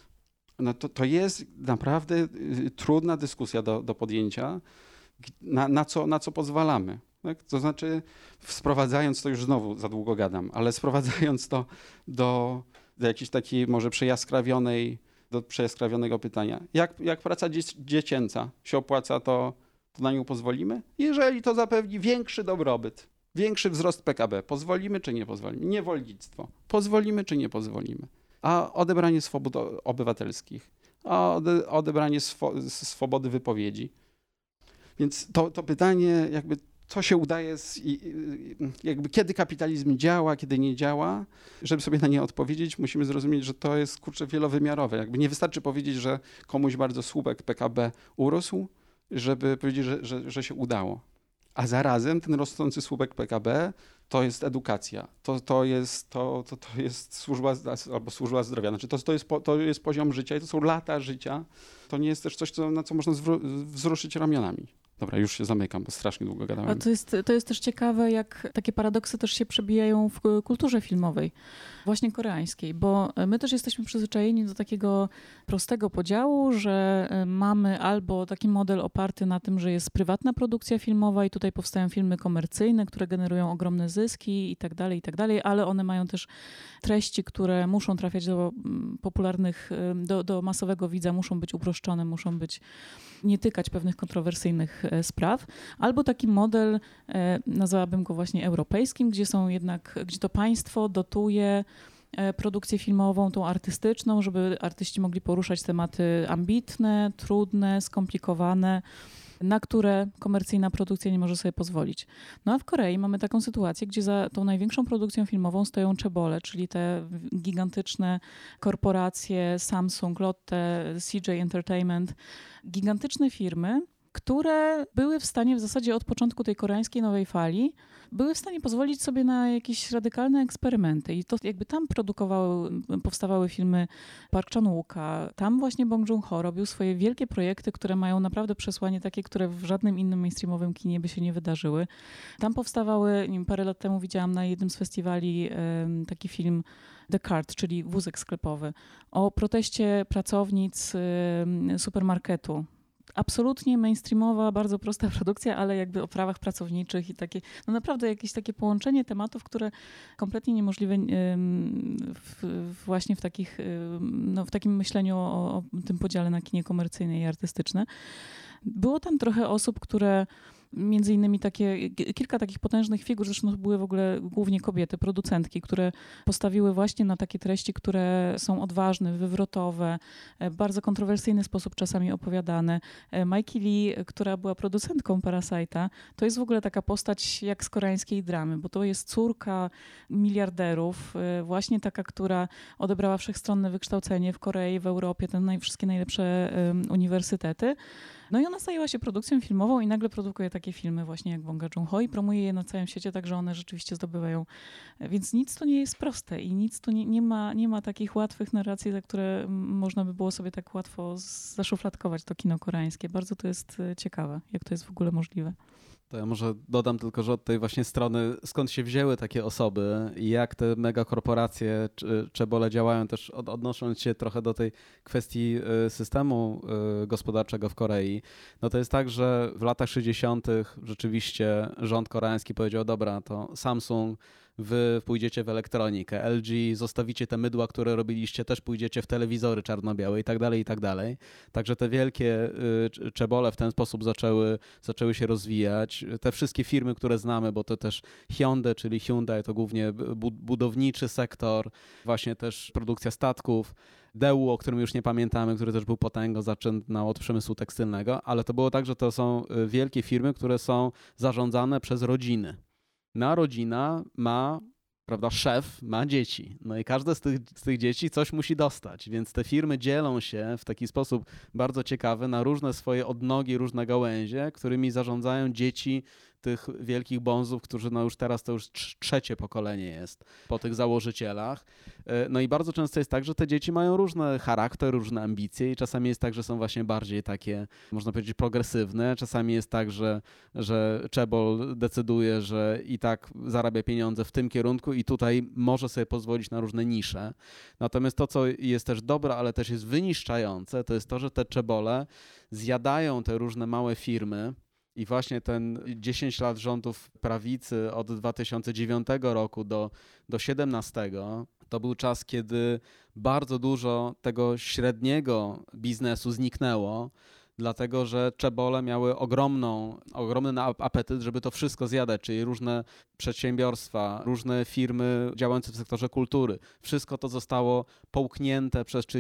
no to, to jest naprawdę trudna dyskusja do, do podjęcia, na, na, co, na co pozwalamy. Tak? To znaczy, sprowadzając to, już znowu za długo gadam, ale sprowadzając to do, do jakiejś takiej może przejaskrawionej do przejaskrawionego pytania. Jak, jak praca dzie- dziecięca się opłaca, to, to na nią pozwolimy? Jeżeli to zapewni większy dobrobyt, większy wzrost P K B, pozwolimy czy nie pozwolimy? Niewolnictwo. Pozwolimy czy nie pozwolimy? A odebranie swobód obywatelskich? o ode, odebranie swo, swobody wypowiedzi. Więc to, to pytanie jakby co się udaje, z, jakby kiedy kapitalizm działa, kiedy nie działa, żeby sobie na nie odpowiedzieć, musimy zrozumieć, że to jest kurczę wielowymiarowe. Jakby nie wystarczy powiedzieć, że komuś bardzo słupek P K B urósł, żeby powiedzieć, że, że, że się udało. A zarazem ten rosnący słupek P K B to jest edukacja, to, to, jest, to, to, to jest służba albo służba zdrowia, znaczy to, to, jest, to jest poziom życia i to są lata życia. To nie jest też coś, co, na co można zwró- wzruszyć ramionami. Dobra, już się zamykam, bo strasznie długo gadałem. A to jest, to jest też ciekawe, jak takie paradoksy też się przebijają w kulturze filmowej, właśnie koreańskiej, bo my też jesteśmy przyzwyczajeni do takiego prostego podziału, że mamy albo taki model oparty na tym, że jest prywatna produkcja filmowa i tutaj powstają filmy komercyjne, które generują ogromne zyski i tak dalej, i tak dalej, ale one mają też treści, które muszą trafiać do popularnych, do, do masowego widza, muszą być uproszczone, muszą być, nie tykać pewnych kontrowersyjnych spraw, albo taki model, nazwałabym go właśnie europejskim, gdzie są jednak, gdzie to państwo dotuje produkcję filmową, tą artystyczną, żeby artyści mogli poruszać tematy ambitne, trudne, skomplikowane, na które komercyjna produkcja nie może sobie pozwolić. No a w Korei mamy taką sytuację, gdzie za tą największą produkcją filmową stoją chaebole, czyli te gigantyczne korporacje Samsung, Lotte, C J Entertainment, gigantyczne firmy, które były w stanie w zasadzie od początku tej koreańskiej nowej fali, były w stanie pozwolić sobie na jakieś radykalne eksperymenty. I to jakby tam produkowały, powstawały filmy Park Chan-wooka, tam właśnie Bong Joon-ho robił swoje wielkie projekty, które mają naprawdę przesłanie takie, które w żadnym innym mainstreamowym kinie by się nie wydarzyły. Tam powstawały, nie wiem, parę lat temu widziałam na jednym z festiwali taki film The Cart, czyli wózek sklepowy, o proteście pracownic supermarketu. Absolutnie mainstreamowa, bardzo prosta produkcja, ale jakby o prawach pracowniczych i takie, no naprawdę jakieś takie połączenie tematów, które kompletnie niemożliwe w, właśnie w takich, no w takim myśleniu o, o tym podziale na kinie komercyjne i artystyczne. Było tam trochę osób, które między innymi takie, kilka takich potężnych figur, zresztą to były w ogóle głównie kobiety, producentki, które postawiły właśnie na takie treści, które są odważne, wywrotowe, w bardzo kontrowersyjny sposób czasami opowiadane. Mikey Lee, która była producentką Parasite'a, to jest w ogóle taka postać jak z koreańskiej dramy, bo to jest córka miliarderów, właśnie taka, która odebrała wszechstronne wykształcenie w Korei, w Europie, te naj, wszystkie najlepsze um, uniwersytety. No i ona zajęła się produkcją filmową i nagle produkuje takie filmy właśnie jak Bonga Joon-ho i promuje je na całym świecie, tak że one rzeczywiście zdobywają. Więc nic tu nie jest proste i nic tu nie, nie, ma, nie ma takich łatwych narracji, za które można by było sobie tak łatwo zaszufladkować to kino koreańskie. Bardzo to jest ciekawe, jak to jest w ogóle możliwe. To ja może dodam tylko, że od tej właśnie strony, skąd się wzięły takie osoby i jak te megakorporacje czy chaebole działają, też od, odnosząc się trochę do tej kwestii systemu gospodarczego w Korei, no to jest tak, że w latach sześćdziesiątych rzeczywiście rząd koreański powiedział, dobra, to Samsung, wy pójdziecie w elektronikę, L G zostawicie te mydła, które robiliście, też pójdziecie w telewizory czarno-białe i tak dalej, i tak dalej. Także te wielkie y, chaebole w ten sposób zaczęły, zaczęły się rozwijać. Te wszystkie firmy, które znamy, bo to też Hyundai, czyli Hyundai, to głównie bu- budowniczy sektor, właśnie też produkcja statków. Daewoo, o którym już nie pamiętamy, który też był potęgą, zaczynał od przemysłu tekstylnego, ale to było tak, że to są wielkie firmy, które są zarządzane przez rodziny. No, rodzina ma, prawda, szef ma dzieci. No i każde z tych, z tych dzieci coś musi dostać, więc te firmy dzielą się w taki sposób bardzo ciekawy na różne swoje odnogi, różne gałęzie, którymi zarządzają dzieci tych wielkich bonzów, którzy no już teraz to już trzecie pokolenie jest po tych założycielach. No i bardzo często jest tak, że te dzieci mają różny charakter, różne ambicje i czasami jest tak, że są właśnie bardziej takie, można powiedzieć, progresywne. Czasami jest tak, że, że chaebol decyduje, że i tak zarabia pieniądze w tym kierunku i tutaj może sobie pozwolić na różne nisze. Natomiast to, co jest też dobre, ale też jest wyniszczające, to jest to, że te chaebole zjadają te różne małe firmy. I właśnie ten dziesięć lat rządów prawicy od dwa tysiące dziewiątego roku do, do siedemnastego to był czas, kiedy bardzo dużo tego średniego biznesu zniknęło, dlatego że chaebole miały ogromną, ogromny apetyt, żeby to wszystko zjadać, czyli różne przedsiębiorstwa, różne firmy działające w sektorze kultury. Wszystko to zostało połknięte przez, czyli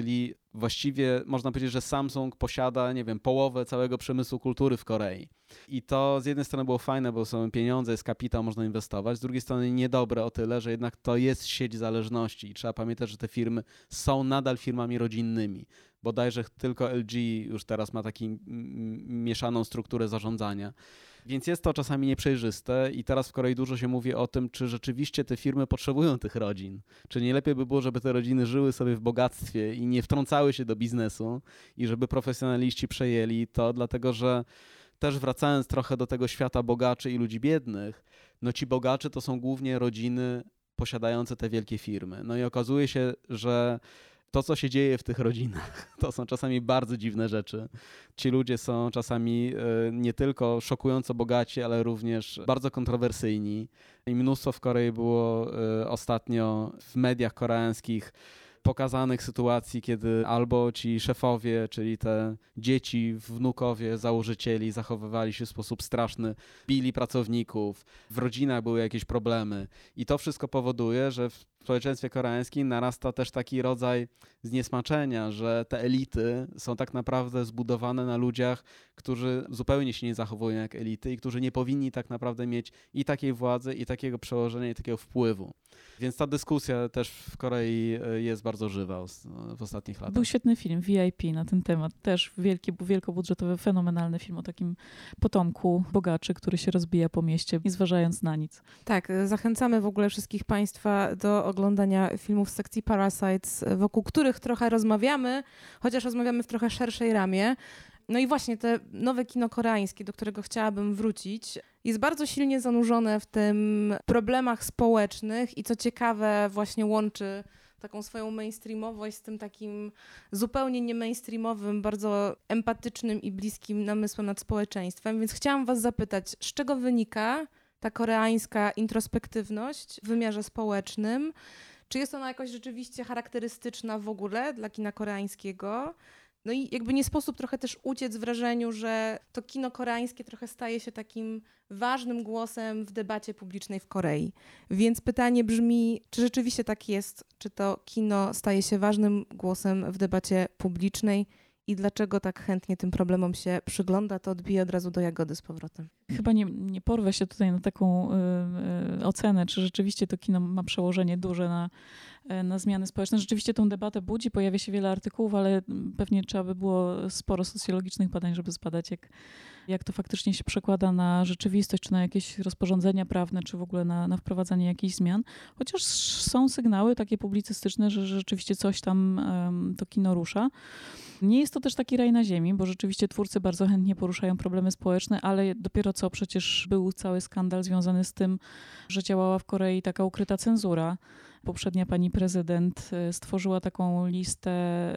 Właściwie można powiedzieć, że Samsung posiada, nie wiem, połowę całego przemysłu kultury w Korei. I to z jednej strony było fajne, bo są pieniądze, jest kapitał, można inwestować, z drugiej strony niedobre o tyle, że jednak to jest sieć zależności i trzeba pamiętać, że te firmy są nadal firmami rodzinnymi. Bodajże tylko L G już teraz ma taką mieszaną strukturę zarządzania. Więc jest to czasami nieprzejrzyste i teraz w Korei dużo się mówi o tym, czy rzeczywiście te firmy potrzebują tych rodzin. Czy nie lepiej by było, żeby te rodziny żyły sobie w bogactwie i nie wtrącały się do biznesu i żeby profesjonaliści przejęli to, dlatego że też wracając trochę do tego świata bogaczy i ludzi biednych, no ci bogacze to są głównie rodziny posiadające te wielkie firmy. No i okazuje się, że to, co się dzieje w tych rodzinach, to są czasami bardzo dziwne rzeczy. Ci ludzie są czasami nie tylko szokująco bogaci, ale również bardzo kontrowersyjni. I mnóstwo w Korei było ostatnio w mediach koreańskich pokazanych sytuacji, kiedy albo ci szefowie, czyli te dzieci, wnukowie założycieli zachowywali się w sposób straszny, bili pracowników, w rodzinach były jakieś problemy. I to wszystko powoduje, że w społeczeństwie koreańskim narasta też taki rodzaj zniesmaczenia, że te elity są tak naprawdę zbudowane na ludziach, którzy zupełnie się nie zachowują jak elity i którzy nie powinni tak naprawdę mieć i takiej władzy, i takiego przełożenia, i takiego wpływu. Więc ta dyskusja też w Korei jest bardzo żywa w ostatnich latach. Był świetny film V I P na ten temat. Też wielki, wielkobudżetowy, fenomenalny film o takim potomku bogaczy, który się rozbija po mieście, nie zważając na nic. Tak, zachęcamy w ogóle wszystkich Państwa do oglądania filmów z sekcji Parasites, wokół których trochę rozmawiamy, chociaż rozmawiamy w trochę szerszej ramie. No i właśnie te nowe kino koreańskie, do którego chciałabym wrócić, jest bardzo silnie zanurzone w tym problemach społecznych i co ciekawe właśnie łączy taką swoją mainstreamowość z tym takim zupełnie nie mainstreamowym, bardzo empatycznym i bliskim namysłem nad społeczeństwem. Więc chciałam was zapytać, z czego wynika ta koreańska introspektywność w wymiarze społecznym? Czy jest ona jakoś rzeczywiście charakterystyczna w ogóle dla kina koreańskiego? No i jakby nie sposób trochę też uciec wrażeniu, że to kino koreańskie trochę staje się takim ważnym głosem w debacie publicznej w Korei. Więc pytanie brzmi, czy rzeczywiście tak jest? Czy to kino staje się ważnym głosem w debacie publicznej? I dlaczego tak chętnie tym problemom się przygląda, to odbiję od razu do Jagody z powrotem. Chyba nie, nie porwę się tutaj na taką y, y, ocenę, czy rzeczywiście to kino ma przełożenie duże na, na zmiany społeczne. Rzeczywiście tą debatę budzi, pojawia się wiele artykułów, ale pewnie trzeba by było sporo socjologicznych badań, żeby zbadać, jak, jak to faktycznie się przekłada na rzeczywistość, czy na jakieś rozporządzenia prawne, czy w ogóle na, na wprowadzanie jakichś zmian. Chociaż są sygnały takie publicystyczne, że rzeczywiście coś tam um, to kino rusza. Nie jest to też taki raj na ziemi, bo rzeczywiście twórcy bardzo chętnie poruszają problemy społeczne, ale dopiero co przecież był cały skandal związany z tym, że działała w Korei taka ukryta cenzura. Poprzednia pani prezydent stworzyła taką listę,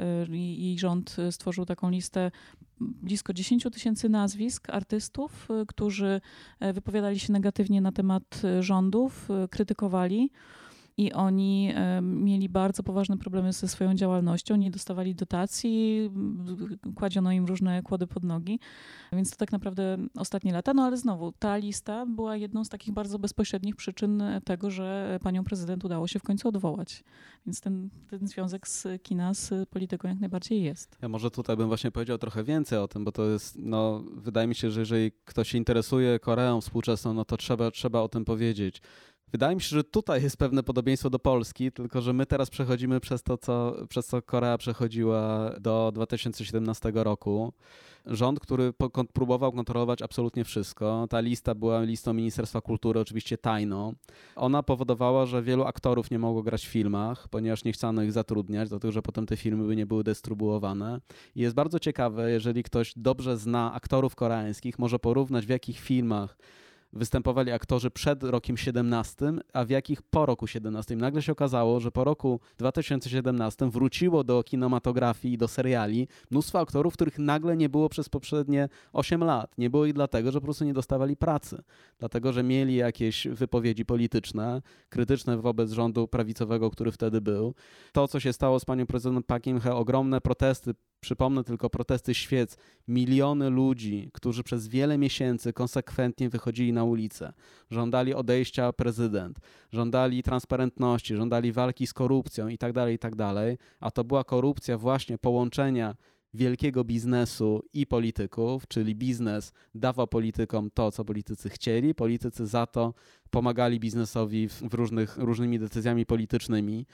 jej rząd stworzył taką listę blisko dziesięć tysięcy nazwisk artystów, którzy wypowiadali się negatywnie na temat rządów, krytykowali. I oni mieli bardzo poważne problemy ze swoją działalnością, nie dostawali dotacji, kładziono im różne kłody pod nogi, więc to tak naprawdę ostatnie lata. No ale znowu, ta lista była jedną z takich bardzo bezpośrednich przyczyn tego, że panią prezydent udało się w końcu odwołać. Więc ten, ten związek z kina z polityką jak najbardziej jest. Ja może tutaj bym właśnie powiedział trochę więcej o tym, bo to jest, no wydaje mi się, że jeżeli ktoś się interesuje Koreą współczesną, no to trzeba, trzeba o tym powiedzieć. Wydaje mi się, że tutaj jest pewne podobieństwo do Polski, tylko że my teraz przechodzimy przez to, co, przez co Korea przechodziła do dwa tysiące siedemnastego roku. Rząd, który próbował kontrolować absolutnie wszystko. Ta lista była listą Ministerstwa Kultury, oczywiście tajną. Ona powodowała, że wielu aktorów nie mogło grać w filmach, ponieważ nie chciano ich zatrudniać, dlatego że potem te filmy by nie były dystrybuowane. I jest bardzo ciekawe, jeżeli ktoś dobrze zna aktorów koreańskich, może porównać, w jakich filmach występowali aktorzy przed rokiem siedemnastym, a w jakich po roku siedemnastym. Nagle się okazało, że po roku dwa tysiące siedemnastym wróciło do kinematografii i do seriali mnóstwo aktorów, których nagle nie było przez poprzednie osiem lat. Nie było ich dlatego, że po prostu nie dostawali pracy. Dlatego, że mieli jakieś wypowiedzi polityczne, krytyczne wobec rządu prawicowego, który wtedy był. To, co się stało z panią prezydent Park Geun-hye, ogromne protesty Przypomnę tylko protesty świec. Miliony ludzi, którzy przez wiele miesięcy konsekwentnie wychodzili na ulicę, żądali odejścia prezydent, żądali transparentności, żądali walki z korupcją i tak dalej, i tak dalej. A to była korupcja właśnie połączenia wielkiego biznesu i polityków, czyli biznes dawał politykom to, co politycy chcieli, politycy za to pomagali biznesowi w, w różnych, różnymi decyzjami politycznymi.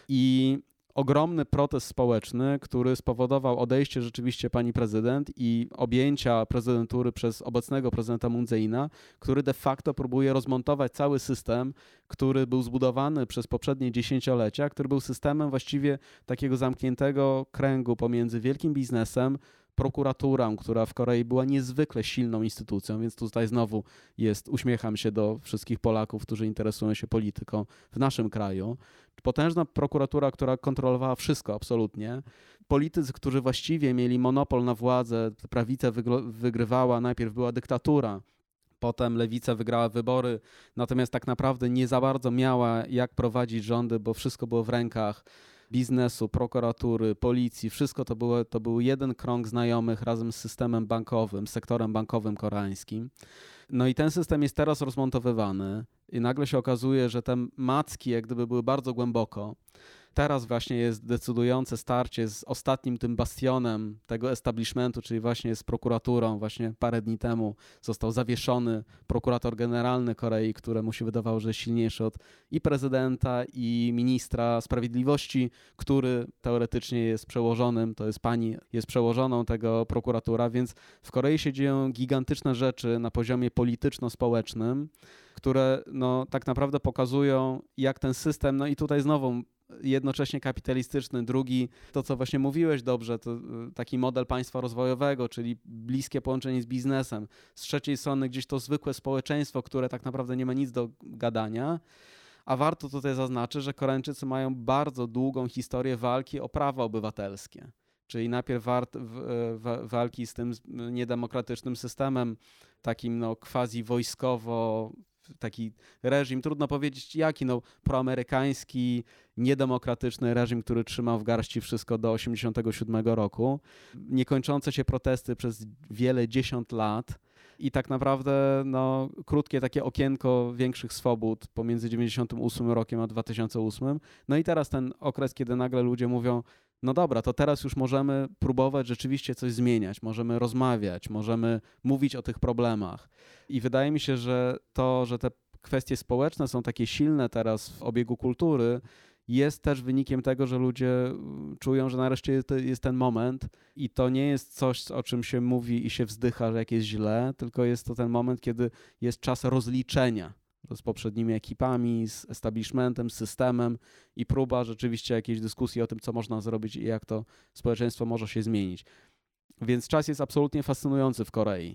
I ogromny protest społeczny, który spowodował odejście rzeczywiście pani prezydent i objęcia prezydentury przez obecnego prezydenta Moon Jae-ina, który de facto próbuje rozmontować cały system, który był zbudowany przez poprzednie dziesięciolecia, który był systemem właściwie takiego zamkniętego kręgu pomiędzy wielkim biznesem, prokuraturą, która w Korei była niezwykle silną instytucją, więc tutaj znowu jest, uśmiecham się do wszystkich Polaków, którzy interesują się polityką w naszym kraju. Potężna prokuratura, która kontrolowała wszystko absolutnie. Politycy, którzy właściwie mieli monopol na władzę, prawica wygrywała, najpierw była dyktatura, potem lewica wygrała wybory, natomiast tak naprawdę nie za bardzo miała jak prowadzić rządy, bo wszystko było w rękach biznesu, prokuratury, policji, wszystko to, było, to był jeden krąg znajomych razem z systemem bankowym, sektorem bankowym koreańskim. No i ten system jest teraz rozmontowywany i nagle się okazuje, że te macki jak gdyby były bardzo głęboko. Teraz właśnie jest decydujące starcie z ostatnim tym bastionem tego establishmentu, czyli właśnie z prokuraturą. Właśnie parę dni temu został zawieszony prokurator generalny Korei, któremu się wydawało, że jest silniejszy od i prezydenta, i ministra sprawiedliwości, który teoretycznie jest przełożonym, to jest pani, jest przełożoną tego prokuratura, więc w Korei się dzieją gigantyczne rzeczy na poziomie polityczno-społecznym, które no, tak naprawdę pokazują, jak ten system, no i tutaj znowu jednocześnie kapitalistyczny, drugi, to co właśnie mówiłeś dobrze, to taki model państwa rozwojowego, czyli bliskie połączenie z biznesem. Z trzeciej strony gdzieś to zwykłe społeczeństwo, które tak naprawdę nie ma nic do gadania, a warto tutaj zaznaczyć, że Koreańczycy mają bardzo długą historię walki o prawa obywatelskie. Czyli najpierw wart, w, w, walki z tym niedemokratycznym systemem, takim no quasi wojskowo, taki reżim, trudno powiedzieć jaki, no proamerykański, niedemokratyczny reżim, który trzymał w garści wszystko do osiemdziesiątego siódmego roku. Niekończące się protesty przez wiele dziesiąt lat i tak naprawdę no, krótkie takie okienko większych swobód pomiędzy dziewięćdziesiątym ósmym rokiem a dwa tysiące ósmym. No i teraz ten okres, kiedy nagle ludzie mówią, no dobra, to teraz już możemy próbować rzeczywiście coś zmieniać, możemy rozmawiać, możemy mówić o tych problemach. I wydaje mi się, że to, że te kwestie społeczne są takie silne teraz w obiegu kultury, jest też wynikiem tego, że ludzie czują, że nareszcie jest ten moment i to nie jest coś, o czym się mówi i się wzdycha, że jak jest źle, tylko jest to ten moment, kiedy jest czas rozliczenia z poprzednimi ekipami, z establishmentem, z systemem i próba rzeczywiście jakiejś dyskusji o tym, co można zrobić i jak to społeczeństwo może się zmienić. Więc czas jest absolutnie fascynujący w Korei.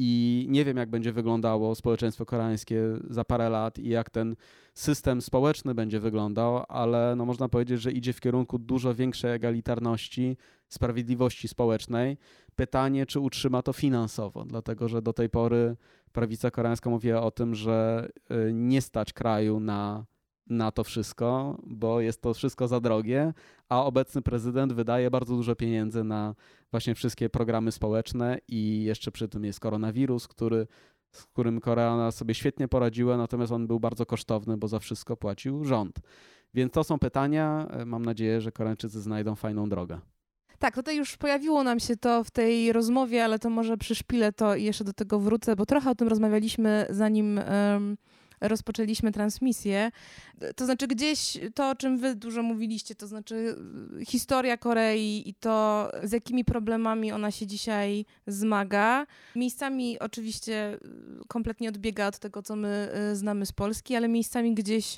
I nie wiem, jak będzie wyglądało społeczeństwo koreańskie za parę lat i jak ten system społeczny będzie wyglądał, ale no można powiedzieć, że idzie w kierunku dużo większej egalitarności, sprawiedliwości społecznej. Pytanie, czy utrzyma to finansowo, dlatego że do tej pory prawica koreańska mówiła o tym, że nie stać kraju na, na to wszystko, bo jest to wszystko za drogie, a obecny prezydent wydaje bardzo dużo pieniędzy na właśnie wszystkie programy społeczne i jeszcze przy tym jest koronawirus, który, z którym Korea sobie świetnie poradziła, natomiast on był bardzo kosztowny, bo za wszystko płacił rząd. Więc to są pytania. Mam nadzieję, że Koreańczycy znajdą fajną drogę. Tak, tutaj już pojawiło nam się to w tej rozmowie, ale to może przyszpilę to i jeszcze do tego wrócę, bo trochę o tym rozmawialiśmy, zanim um, rozpoczęliśmy transmisję. To znaczy gdzieś to, o czym wy dużo mówiliście, to znaczy historia Korei i to, z jakimi problemami ona się dzisiaj zmaga. Miejscami oczywiście kompletnie odbiega od tego, co my znamy z Polski, ale miejscami gdzieś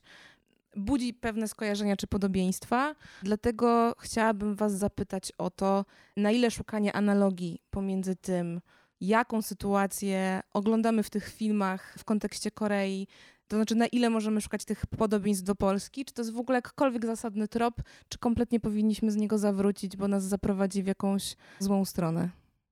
budzi pewne skojarzenia czy podobieństwa. Dlatego chciałabym was zapytać o to, na ile szukanie analogii pomiędzy tym, jaką sytuację oglądamy w tych filmach w kontekście Korei, to znaczy na ile możemy szukać tych podobieństw do Polski, czy to jest w ogóle jakkolwiek zasadny trop, czy kompletnie powinniśmy z niego zawrócić, bo nas zaprowadzi w jakąś złą stronę.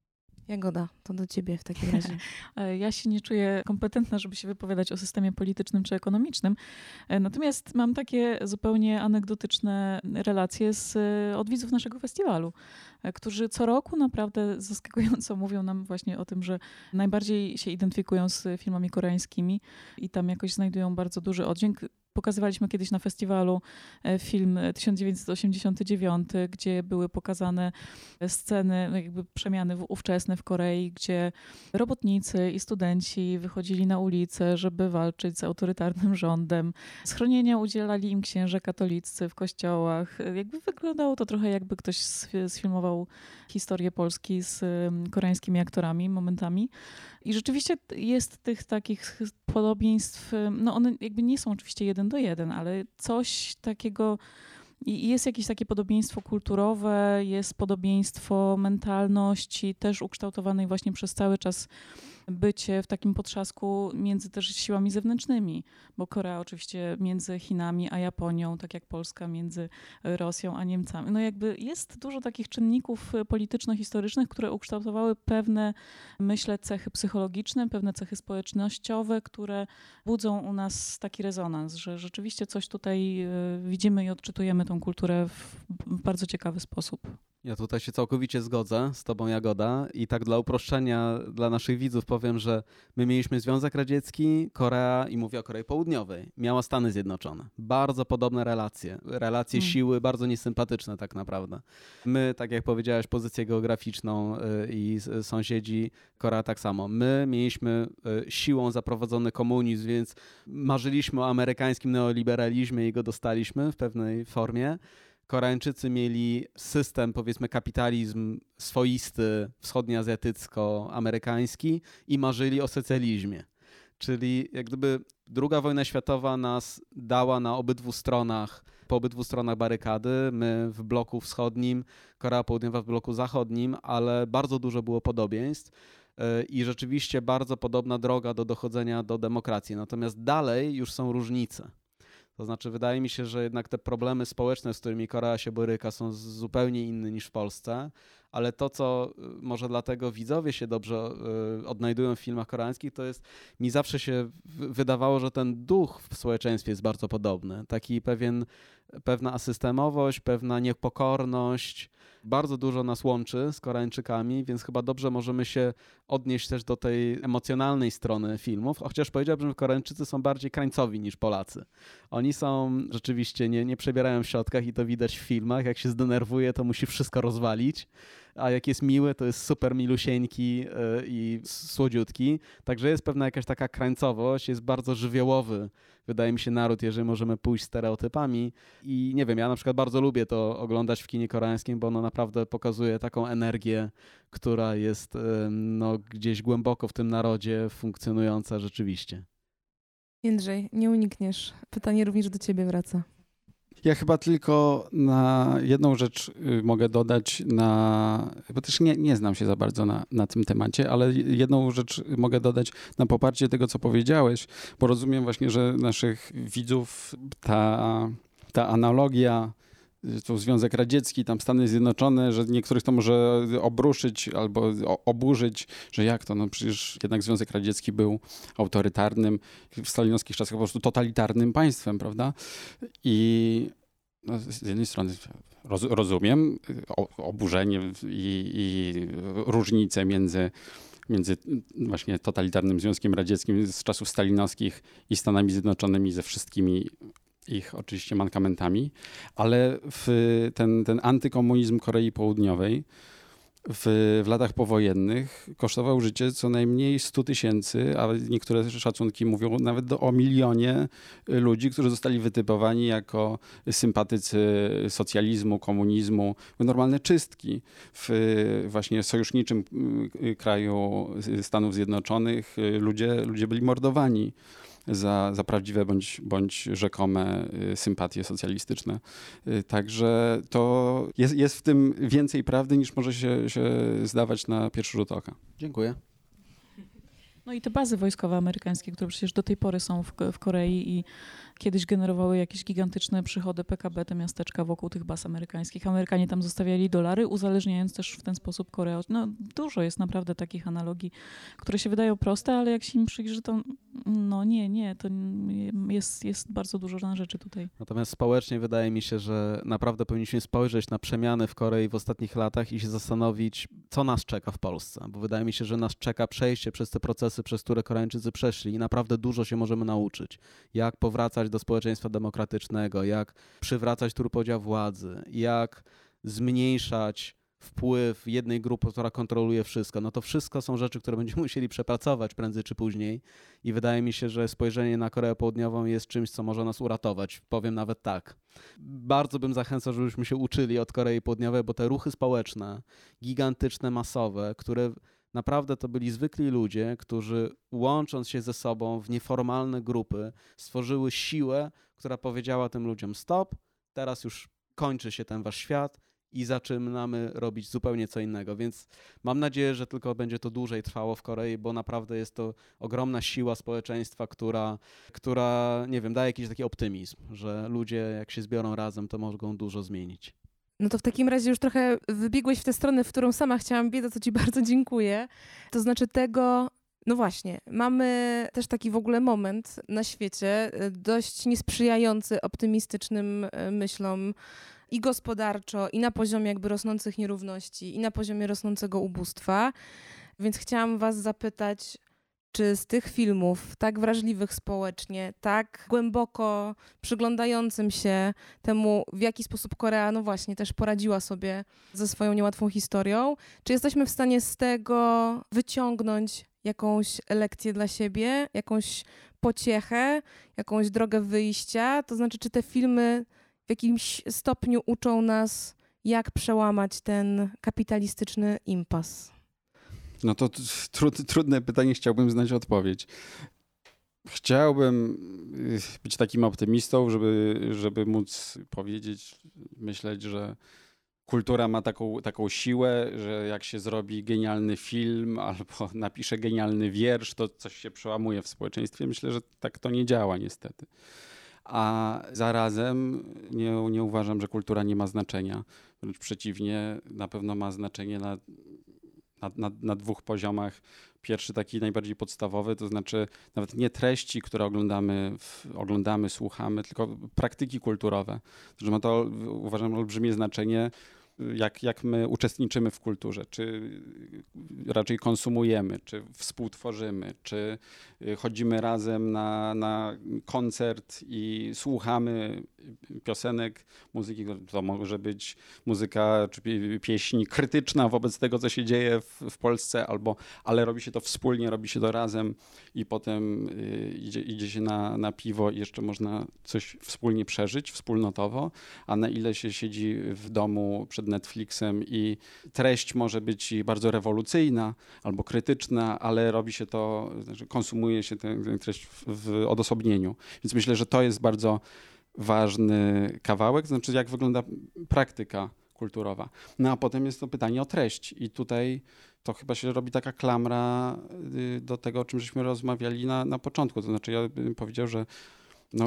Jagoda, to do ciebie w takim razie. Ja się nie czuję kompetentna, żeby się wypowiadać o systemie politycznym czy ekonomicznym. Natomiast mam takie zupełnie anegdotyczne relacje z, od widzów naszego festiwalu, którzy co roku naprawdę zaskakująco mówią nam właśnie o tym, że najbardziej się identyfikują z filmami koreańskimi i tam jakoś znajdują bardzo duży oddźwięk. Pokazywaliśmy kiedyś na festiwalu film tysiąc dziewięćset osiemdziesiąty dziewiąty, gdzie były pokazane sceny, jakby przemiany ówczesne w Korei, gdzie robotnicy i studenci wychodzili na ulicę, żeby walczyć z autorytarnym rządem. Schronienia udzielali im księża katoliccy w kościołach. Jakby wyglądało to trochę, jakby ktoś sfilmował historię Polski z koreańskimi aktorami momentami. I rzeczywiście jest tych takich podobieństw, no one jakby nie są oczywiście jeden do jeden, ale coś takiego, i jest jakieś takie podobieństwo kulturowe, jest podobieństwo mentalności, też ukształtowanej właśnie przez cały czas bycie w takim potrzasku między też siłami zewnętrznymi, bo Korea oczywiście między Chinami a Japonią, tak jak Polska między Rosją a Niemcami. No jakby jest dużo takich czynników polityczno-historycznych, które ukształtowały pewne, myślę, cechy psychologiczne, pewne cechy społecznościowe, które budzą u nas taki rezonans, że rzeczywiście coś tutaj widzimy i odczytujemy tą kulturę w bardzo ciekawy sposób. Ja tutaj się całkowicie zgodzę z tobą, Jagoda, i tak dla uproszczenia dla naszych widzów powiem, że my mieliśmy Związek Radziecki, Korea, i mówię o Korei Południowej, miała Stany Zjednoczone. Bardzo podobne relacje, relacje hmm. siły, bardzo niesympatyczne tak naprawdę. My, tak jak powiedziałeś, pozycję geograficzną i sąsiedzi, Korea tak samo. My mieliśmy siłą zaprowadzony komunizm, więc marzyliśmy o amerykańskim neoliberalizmie i go dostaliśmy w pewnej formie. Koreańczycy mieli system, powiedzmy, kapitalizm swoisty, wschodnioazjatycko-amerykański i marzyli o socjalizmie. Czyli jak gdyby druga wojna światowa nas dała na obydwu stronach, po obydwu stronach barykady, my w bloku wschodnim, Korea Południowa w bloku zachodnim, ale bardzo dużo było podobieństw i rzeczywiście bardzo podobna droga do dochodzenia do demokracji. Natomiast dalej już są różnice. To znaczy wydaje mi się, że jednak te problemy społeczne, z którymi Korea się boryka, są zupełnie inne niż w Polsce, ale to, co może dlatego widzowie się dobrze odnajdują w filmach koreańskich, to jest, mi zawsze się wydawało, że ten duch w społeczeństwie jest bardzo podobny. Taki pewien, pewna asystemowość, pewna niepokorność. Bardzo dużo nas łączy z Koreańczykami, więc chyba dobrze możemy się odnieść też do tej emocjonalnej strony filmów, chociaż powiedziałbym, że Koreańczycy są bardziej krańcowi niż Polacy. Oni są rzeczywiście, nie, nie przebierają w środkach i to widać w filmach. Jak się zdenerwuje, to musi wszystko rozwalić, a jak jest miły, to jest super milusieńki yy, i słodziutki. Także jest pewna jakaś taka krańcowość, jest bardzo żywiołowy, wydaje mi się, naród, jeżeli możemy pójść stereotypami. I nie wiem, ja na przykład bardzo lubię to oglądać w kinie koreańskim, bo ono naprawdę pokazuje taką energię, która jest yy, no, gdzieś głęboko w tym narodzie funkcjonująca rzeczywiście. Jędrzej, nie unikniesz. Pytanie również do ciebie wraca. Ja chyba tylko na jedną rzecz mogę dodać, na, bo też nie, nie znam się za bardzo na, na tym temacie, ale jedną rzecz mogę dodać na poparcie tego, co powiedziałeś, bo rozumiem właśnie, że naszych widzów ta, ta analogia, tu Związek Radziecki, tam Stany Zjednoczone, że niektórych to może obruszyć albo oburzyć, że jak to, no przecież jednak Związek Radziecki był autorytarnym, w stalinowskich czasach po prostu totalitarnym państwem, prawda? I no, z jednej strony roz, rozumiem oburzenie i, i różnice między między właśnie totalitarnym Związkiem Radzieckim z czasów stalinowskich i Stanami Zjednoczonymi ze wszystkimi ich oczywiście mankamentami, ale w ten, ten antykomunizm Korei Południowej w, w latach powojennych kosztował życie co najmniej sto tysięcy, a niektóre szacunki mówią nawet do, o milionie ludzi, którzy zostali wytypowani jako sympatycy socjalizmu, komunizmu, normalne czystki w właśnie sojuszniczym kraju Stanów Zjednoczonych. Ludzie, ludzie byli mordowani za, za prawdziwe bądź, bądź rzekome sympatie socjalistyczne. Także to jest, jest w tym więcej prawdy, niż może się, się zdawać na pierwszy rzut oka. Dziękuję. No i te bazy wojskowe amerykańskie, które przecież do tej pory są w, w Korei i kiedyś generowały jakieś gigantyczne przychody P K B, te miasteczka wokół tych baz amerykańskich. Amerykanie tam zostawiali dolary, uzależniając też w ten sposób Koreę. No dużo jest naprawdę takich analogii, które się wydają proste, ale jak się im przyjrzy, to no nie, nie, to jest, jest bardzo dużo na rzeczy tutaj. Natomiast społecznie wydaje mi się, że naprawdę powinniśmy spojrzeć na przemiany w Korei w ostatnich latach i się zastanowić, co nas czeka w Polsce, bo wydaje mi się, że nas czeka przejście przez te procesy, przez które Koreańczycy przeszli i naprawdę dużo się możemy nauczyć. Jak powracać do społeczeństwa demokratycznego, jak przywracać trójpodział władzy, jak zmniejszać wpływ jednej grupy, która kontroluje wszystko. No to wszystko są rzeczy, które będziemy musieli przepracować prędzej czy później i wydaje mi się, że spojrzenie na Koreę Południową jest czymś, co może nas uratować. Powiem nawet tak. Bardzo bym zachęcał, żebyśmy się uczyli od Korei Południowej, bo te ruchy społeczne, gigantyczne, masowe, które naprawdę to byli zwykli ludzie, którzy łącząc się ze sobą w nieformalne grupy stworzyły siłę, która powiedziała tym ludziom stop, teraz już kończy się ten wasz świat i zaczynamy robić zupełnie co innego. Więc mam nadzieję, że tylko będzie to dłużej trwało w Korei, bo naprawdę jest to ogromna siła społeczeństwa, która, która nie wiem, daje jakiś taki optymizm, że ludzie jak się zbiorą razem, to mogą dużo zmienić. No to w takim razie już trochę wybiegłeś w tę stronę, w którą sama chciałam biec, za co ci bardzo dziękuję. To znaczy tego, no właśnie, mamy też taki w ogóle moment na świecie dość niesprzyjający optymistycznym myślom i gospodarczo, i na poziomie jakby rosnących nierówności, i na poziomie rosnącego ubóstwa. Więc chciałam was zapytać, czy z tych filmów tak wrażliwych społecznie, tak głęboko przyglądającym się temu, w jaki sposób Korea, no właśnie, też poradziła sobie ze swoją niełatwą historią, czy jesteśmy w stanie z tego wyciągnąć jakąś lekcję dla siebie, jakąś pociechę, jakąś drogę wyjścia? To znaczy, czy te filmy w jakimś stopniu uczą nas, jak przełamać ten kapitalistyczny impas? No to trud, trudne pytanie, chciałbym znać odpowiedź. Chciałbym być takim optymistą, żeby, żeby móc powiedzieć, myśleć, że kultura ma taką, taką siłę, że jak się zrobi genialny film albo napisze genialny wiersz, to coś się przełamuje w społeczeństwie. Myślę, że tak to nie działa niestety. A zarazem nie, nie uważam, że kultura nie ma znaczenia. Wręcz przeciwnie, na pewno ma znaczenie na Na, na, na dwóch poziomach. Pierwszy taki najbardziej podstawowy, to znaczy nawet nie treści, które oglądamy, w, oglądamy, słuchamy, tylko praktyki kulturowe. Że ma to, uważam, olbrzymie znaczenie, jak, jak my uczestniczymy w kulturze, czy raczej konsumujemy, czy współtworzymy, czy chodzimy razem na, na koncert i słuchamy piosenek, muzyki. To może być muzyka czy pieśń krytyczna wobec tego, co się dzieje w, w Polsce, albo, ale robi się to wspólnie, robi się to razem i potem y, idzie, idzie się na, na piwo i jeszcze można coś wspólnie przeżyć, wspólnotowo, a na ile się siedzi w domu przed Netflixem i treść może być bardzo rewolucyjna albo krytyczna, ale robi się to, znaczy konsumuje się tę, tę treść w, w odosobnieniu. Więc myślę, że to jest bardzo ważny kawałek, znaczy jak wygląda praktyka kulturowa. No a potem jest to pytanie o treść i tutaj to chyba się robi taka klamra do tego, o czym żeśmy rozmawiali na, na początku. To znaczy ja bym powiedział, że no,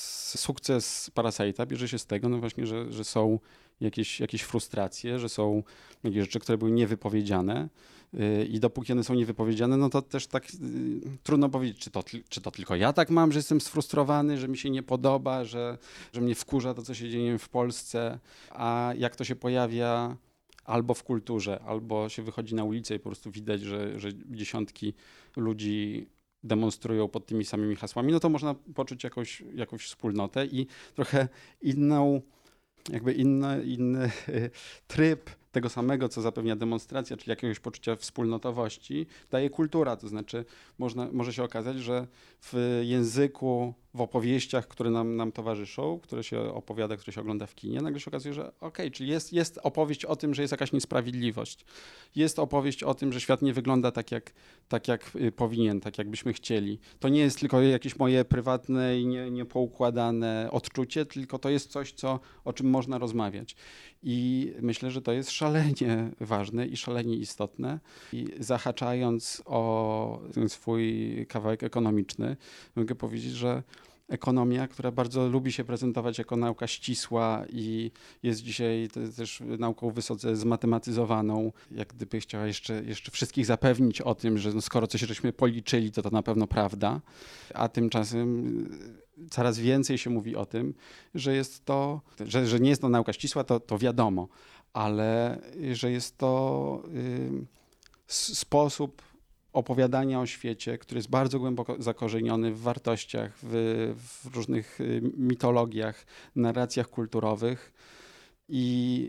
sukces Parasite'a bierze się z tego, no właśnie, że, że są jakieś, jakieś frustracje, że są jakieś rzeczy, które były niewypowiedziane yy, i dopóki one są niewypowiedziane, no to też tak yy, trudno powiedzieć, czy to, czy to tylko ja tak mam, że jestem sfrustrowany, że mi się nie podoba, że, że mnie wkurza to, co się dzieje w Polsce, a jak to się pojawia albo w kulturze, albo się wychodzi na ulicę i po prostu widać, że, że dziesiątki ludzi demonstrują pod tymi samymi hasłami, no to można poczuć jakąś, jakąś wspólnotę i trochę inną, jakby inny, inny tryb tego samego, co zapewnia demonstracja, czyli jakiegoś poczucia wspólnotowości, daje kultura. To znaczy można, może się okazać, że w języku, w opowieściach, które nam, nam towarzyszą, które się opowiada, które się ogląda w kinie, nagle się okazuje, że okej, okay, czyli jest, jest opowieść o tym, że jest jakaś niesprawiedliwość. Jest opowieść o tym, że świat nie wygląda tak jak, tak, jak powinien, tak jakbyśmy chcieli. To nie jest tylko jakieś moje prywatne i nie, niepoukładane odczucie, tylko to jest coś, co, o czym można rozmawiać. I myślę, że to jest szalenie ważne i szalenie istotne. I zahaczając o ten swój kawałek ekonomiczny, mogę powiedzieć, że ekonomia, która bardzo lubi się prezentować jako nauka ścisła i jest dzisiaj też nauką wysoce zmatematyzowaną, jak gdyby chciała jeszcze, jeszcze wszystkich zapewnić o tym, że no skoro coś żeśmy policzyli, to to na pewno prawda, a tymczasem coraz więcej się mówi o tym, że jest to, że, że nie jest to nauka ścisła, to, to wiadomo, ale że jest to y, sposób opowiadania o świecie, który jest bardzo głęboko zakorzeniony w wartościach, w, w różnych mitologiach, narracjach kulturowych i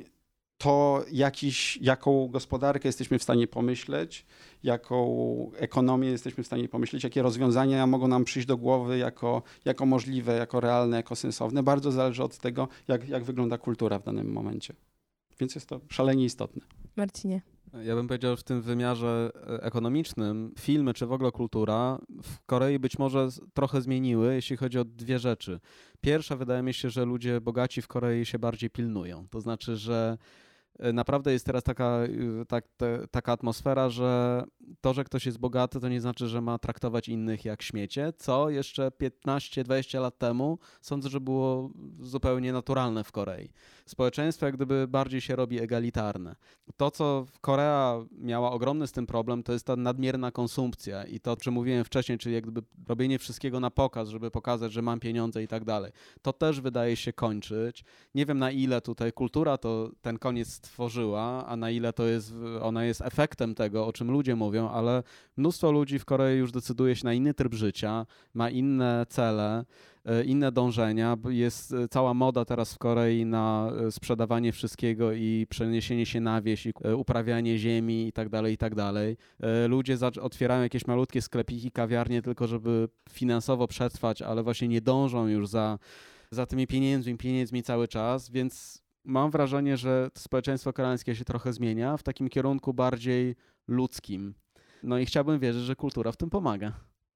to jakiś, jaką gospodarkę jesteśmy w stanie pomyśleć, jaką ekonomię jesteśmy w stanie pomyśleć, jakie rozwiązania mogą nam przyjść do głowy jako, jako możliwe, jako realne, jako sensowne. Bardzo zależy od tego, jak, jak wygląda kultura w danym momencie. Więc jest to szalenie istotne. Marcinie. Ja bym powiedział, że w tym wymiarze ekonomicznym filmy czy w ogóle kultura w Korei być może trochę zmieniły, jeśli chodzi o dwie rzeczy. Pierwsza, wydaje mi się, że ludzie bogaci w Korei się bardziej pilnują. To znaczy, że naprawdę jest teraz taka, tak, te, taka atmosfera, że to, że ktoś jest bogaty, to nie znaczy, że ma traktować innych jak śmiecie, co jeszcze piętnaście dwadzieścia lat temu sądzę, że było zupełnie naturalne w Korei. Społeczeństwo jak gdyby bardziej się robi egalitarne. To, co Korea miała ogromny z tym problem, to jest ta nadmierna konsumpcja i to, o czym mówiłem wcześniej, czyli jak gdyby robienie wszystkiego na pokaz, żeby pokazać, że mam pieniądze i tak dalej. To też wydaje się kończyć. Nie wiem, na ile tutaj kultura to ten koniec stworzyła, a na ile to jest, ona jest efektem tego, o czym ludzie mówią, ale mnóstwo ludzi w Korei już decyduje się na inny tryb życia, ma inne cele, inne dążenia. Jest cała moda teraz w Korei na sprzedawanie wszystkiego i przeniesienie się na wieś, i uprawianie ziemi i tak dalej, i tak dalej. Ludzie otwierają jakieś malutkie sklepiki, kawiarnie tylko, żeby finansowo przetrwać, ale właśnie nie dążą już za, za tymi pieniędzmi, pieniędzmi cały czas, więc mam wrażenie, że społeczeństwo koreańskie się trochę zmienia w takim kierunku bardziej ludzkim. No i chciałbym wierzyć, że kultura w tym pomaga.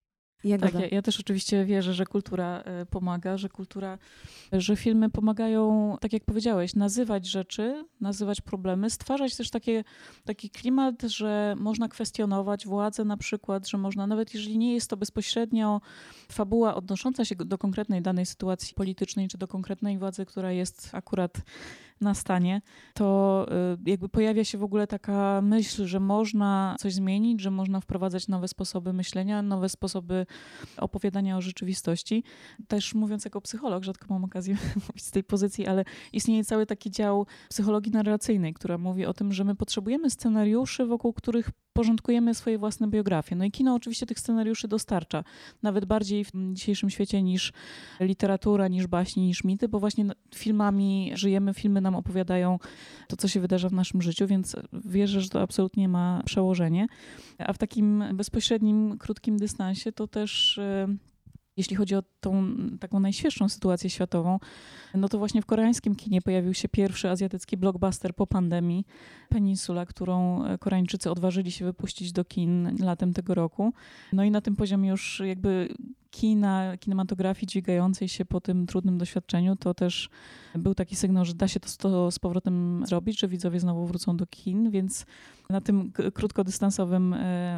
Tak, ja, ja też oczywiście wierzę, że kultura y, pomaga, że kultura, że filmy pomagają, tak jak powiedziałeś, nazywać rzeczy, nazywać problemy, stwarzać też takie, taki klimat, że można kwestionować władzę na przykład, że można, nawet jeżeli nie jest to bezpośrednio fabuła odnosząca się do konkretnej danej sytuacji politycznej, czy do konkretnej władzy, która jest akurat na stanie, to jakby pojawia się w ogóle taka myśl, że można coś zmienić, że można wprowadzać nowe sposoby myślenia, nowe sposoby opowiadania o rzeczywistości. Też mówiąc jako psycholog, rzadko mam okazję mówić z tej pozycji, ale istnieje cały taki dział psychologii narracyjnej, która mówi o tym, że my potrzebujemy scenariuszy, wokół których porządkujemy swoje własne biografie. No i kino oczywiście tych scenariuszy dostarcza. Nawet bardziej w dzisiejszym świecie niż literatura, niż baśni, niż mity, bo właśnie filmami żyjemy, filmy nam opowiadają to, co się wydarza w naszym życiu, więc wierzę, że to absolutnie ma przełożenie. A w takim bezpośrednim, krótkim dystansie to też... Jeśli chodzi o tą taką najświeższą sytuację światową, no to właśnie w koreańskim kinie pojawił się pierwszy azjatycki blockbuster po pandemii, Peninsula, którą Koreańczycy odważyli się wypuścić do kin latem tego roku. No i na tym poziomie już jakby kina, kinematografii dźwigającej się po tym trudnym doświadczeniu, to też był taki sygnał, że da się to, to z powrotem zrobić, że widzowie znowu wrócą do kin, więc na tym krótkodystansowym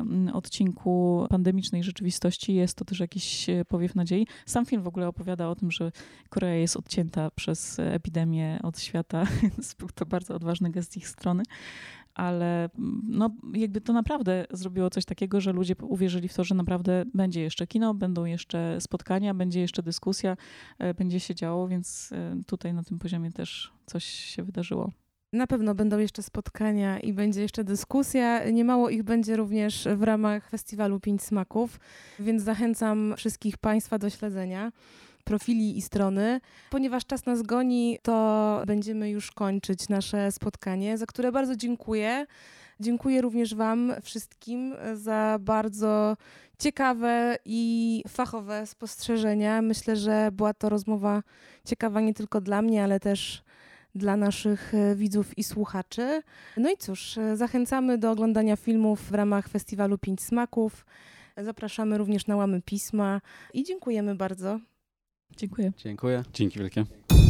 odcinku pandemicznej rzeczywistości jest to też jakiś powiew nadziei. Sam film w ogóle opowiada o tym, że Korea jest odcięta przez epidemię od świata, więc był to bardzo odważny gest z ich strony. Ale no, jakby to naprawdę zrobiło coś takiego, że ludzie uwierzyli w to, że naprawdę będzie jeszcze kino, będą jeszcze spotkania, będzie jeszcze dyskusja, będzie się działo, więc tutaj na tym poziomie też coś się wydarzyło. Na pewno będą jeszcze spotkania i będzie jeszcze dyskusja. Niemało ich będzie również w ramach festiwalu Pięć Smaków, więc zachęcam wszystkich Państwa do śledzenia profili i strony. Ponieważ czas nas goni, to będziemy już kończyć nasze spotkanie, za które bardzo dziękuję. Dziękuję również Wam wszystkim za bardzo ciekawe i fachowe spostrzeżenia. Myślę, że była to rozmowa ciekawa nie tylko dla mnie, ale też dla naszych widzów i słuchaczy. No i cóż, zachęcamy do oglądania filmów w ramach festiwalu Pięć Smaków. Zapraszamy również na Łamy Pisma i dziękujemy bardzo. Dziękuję. Dziękuję. Dzięki wielkie.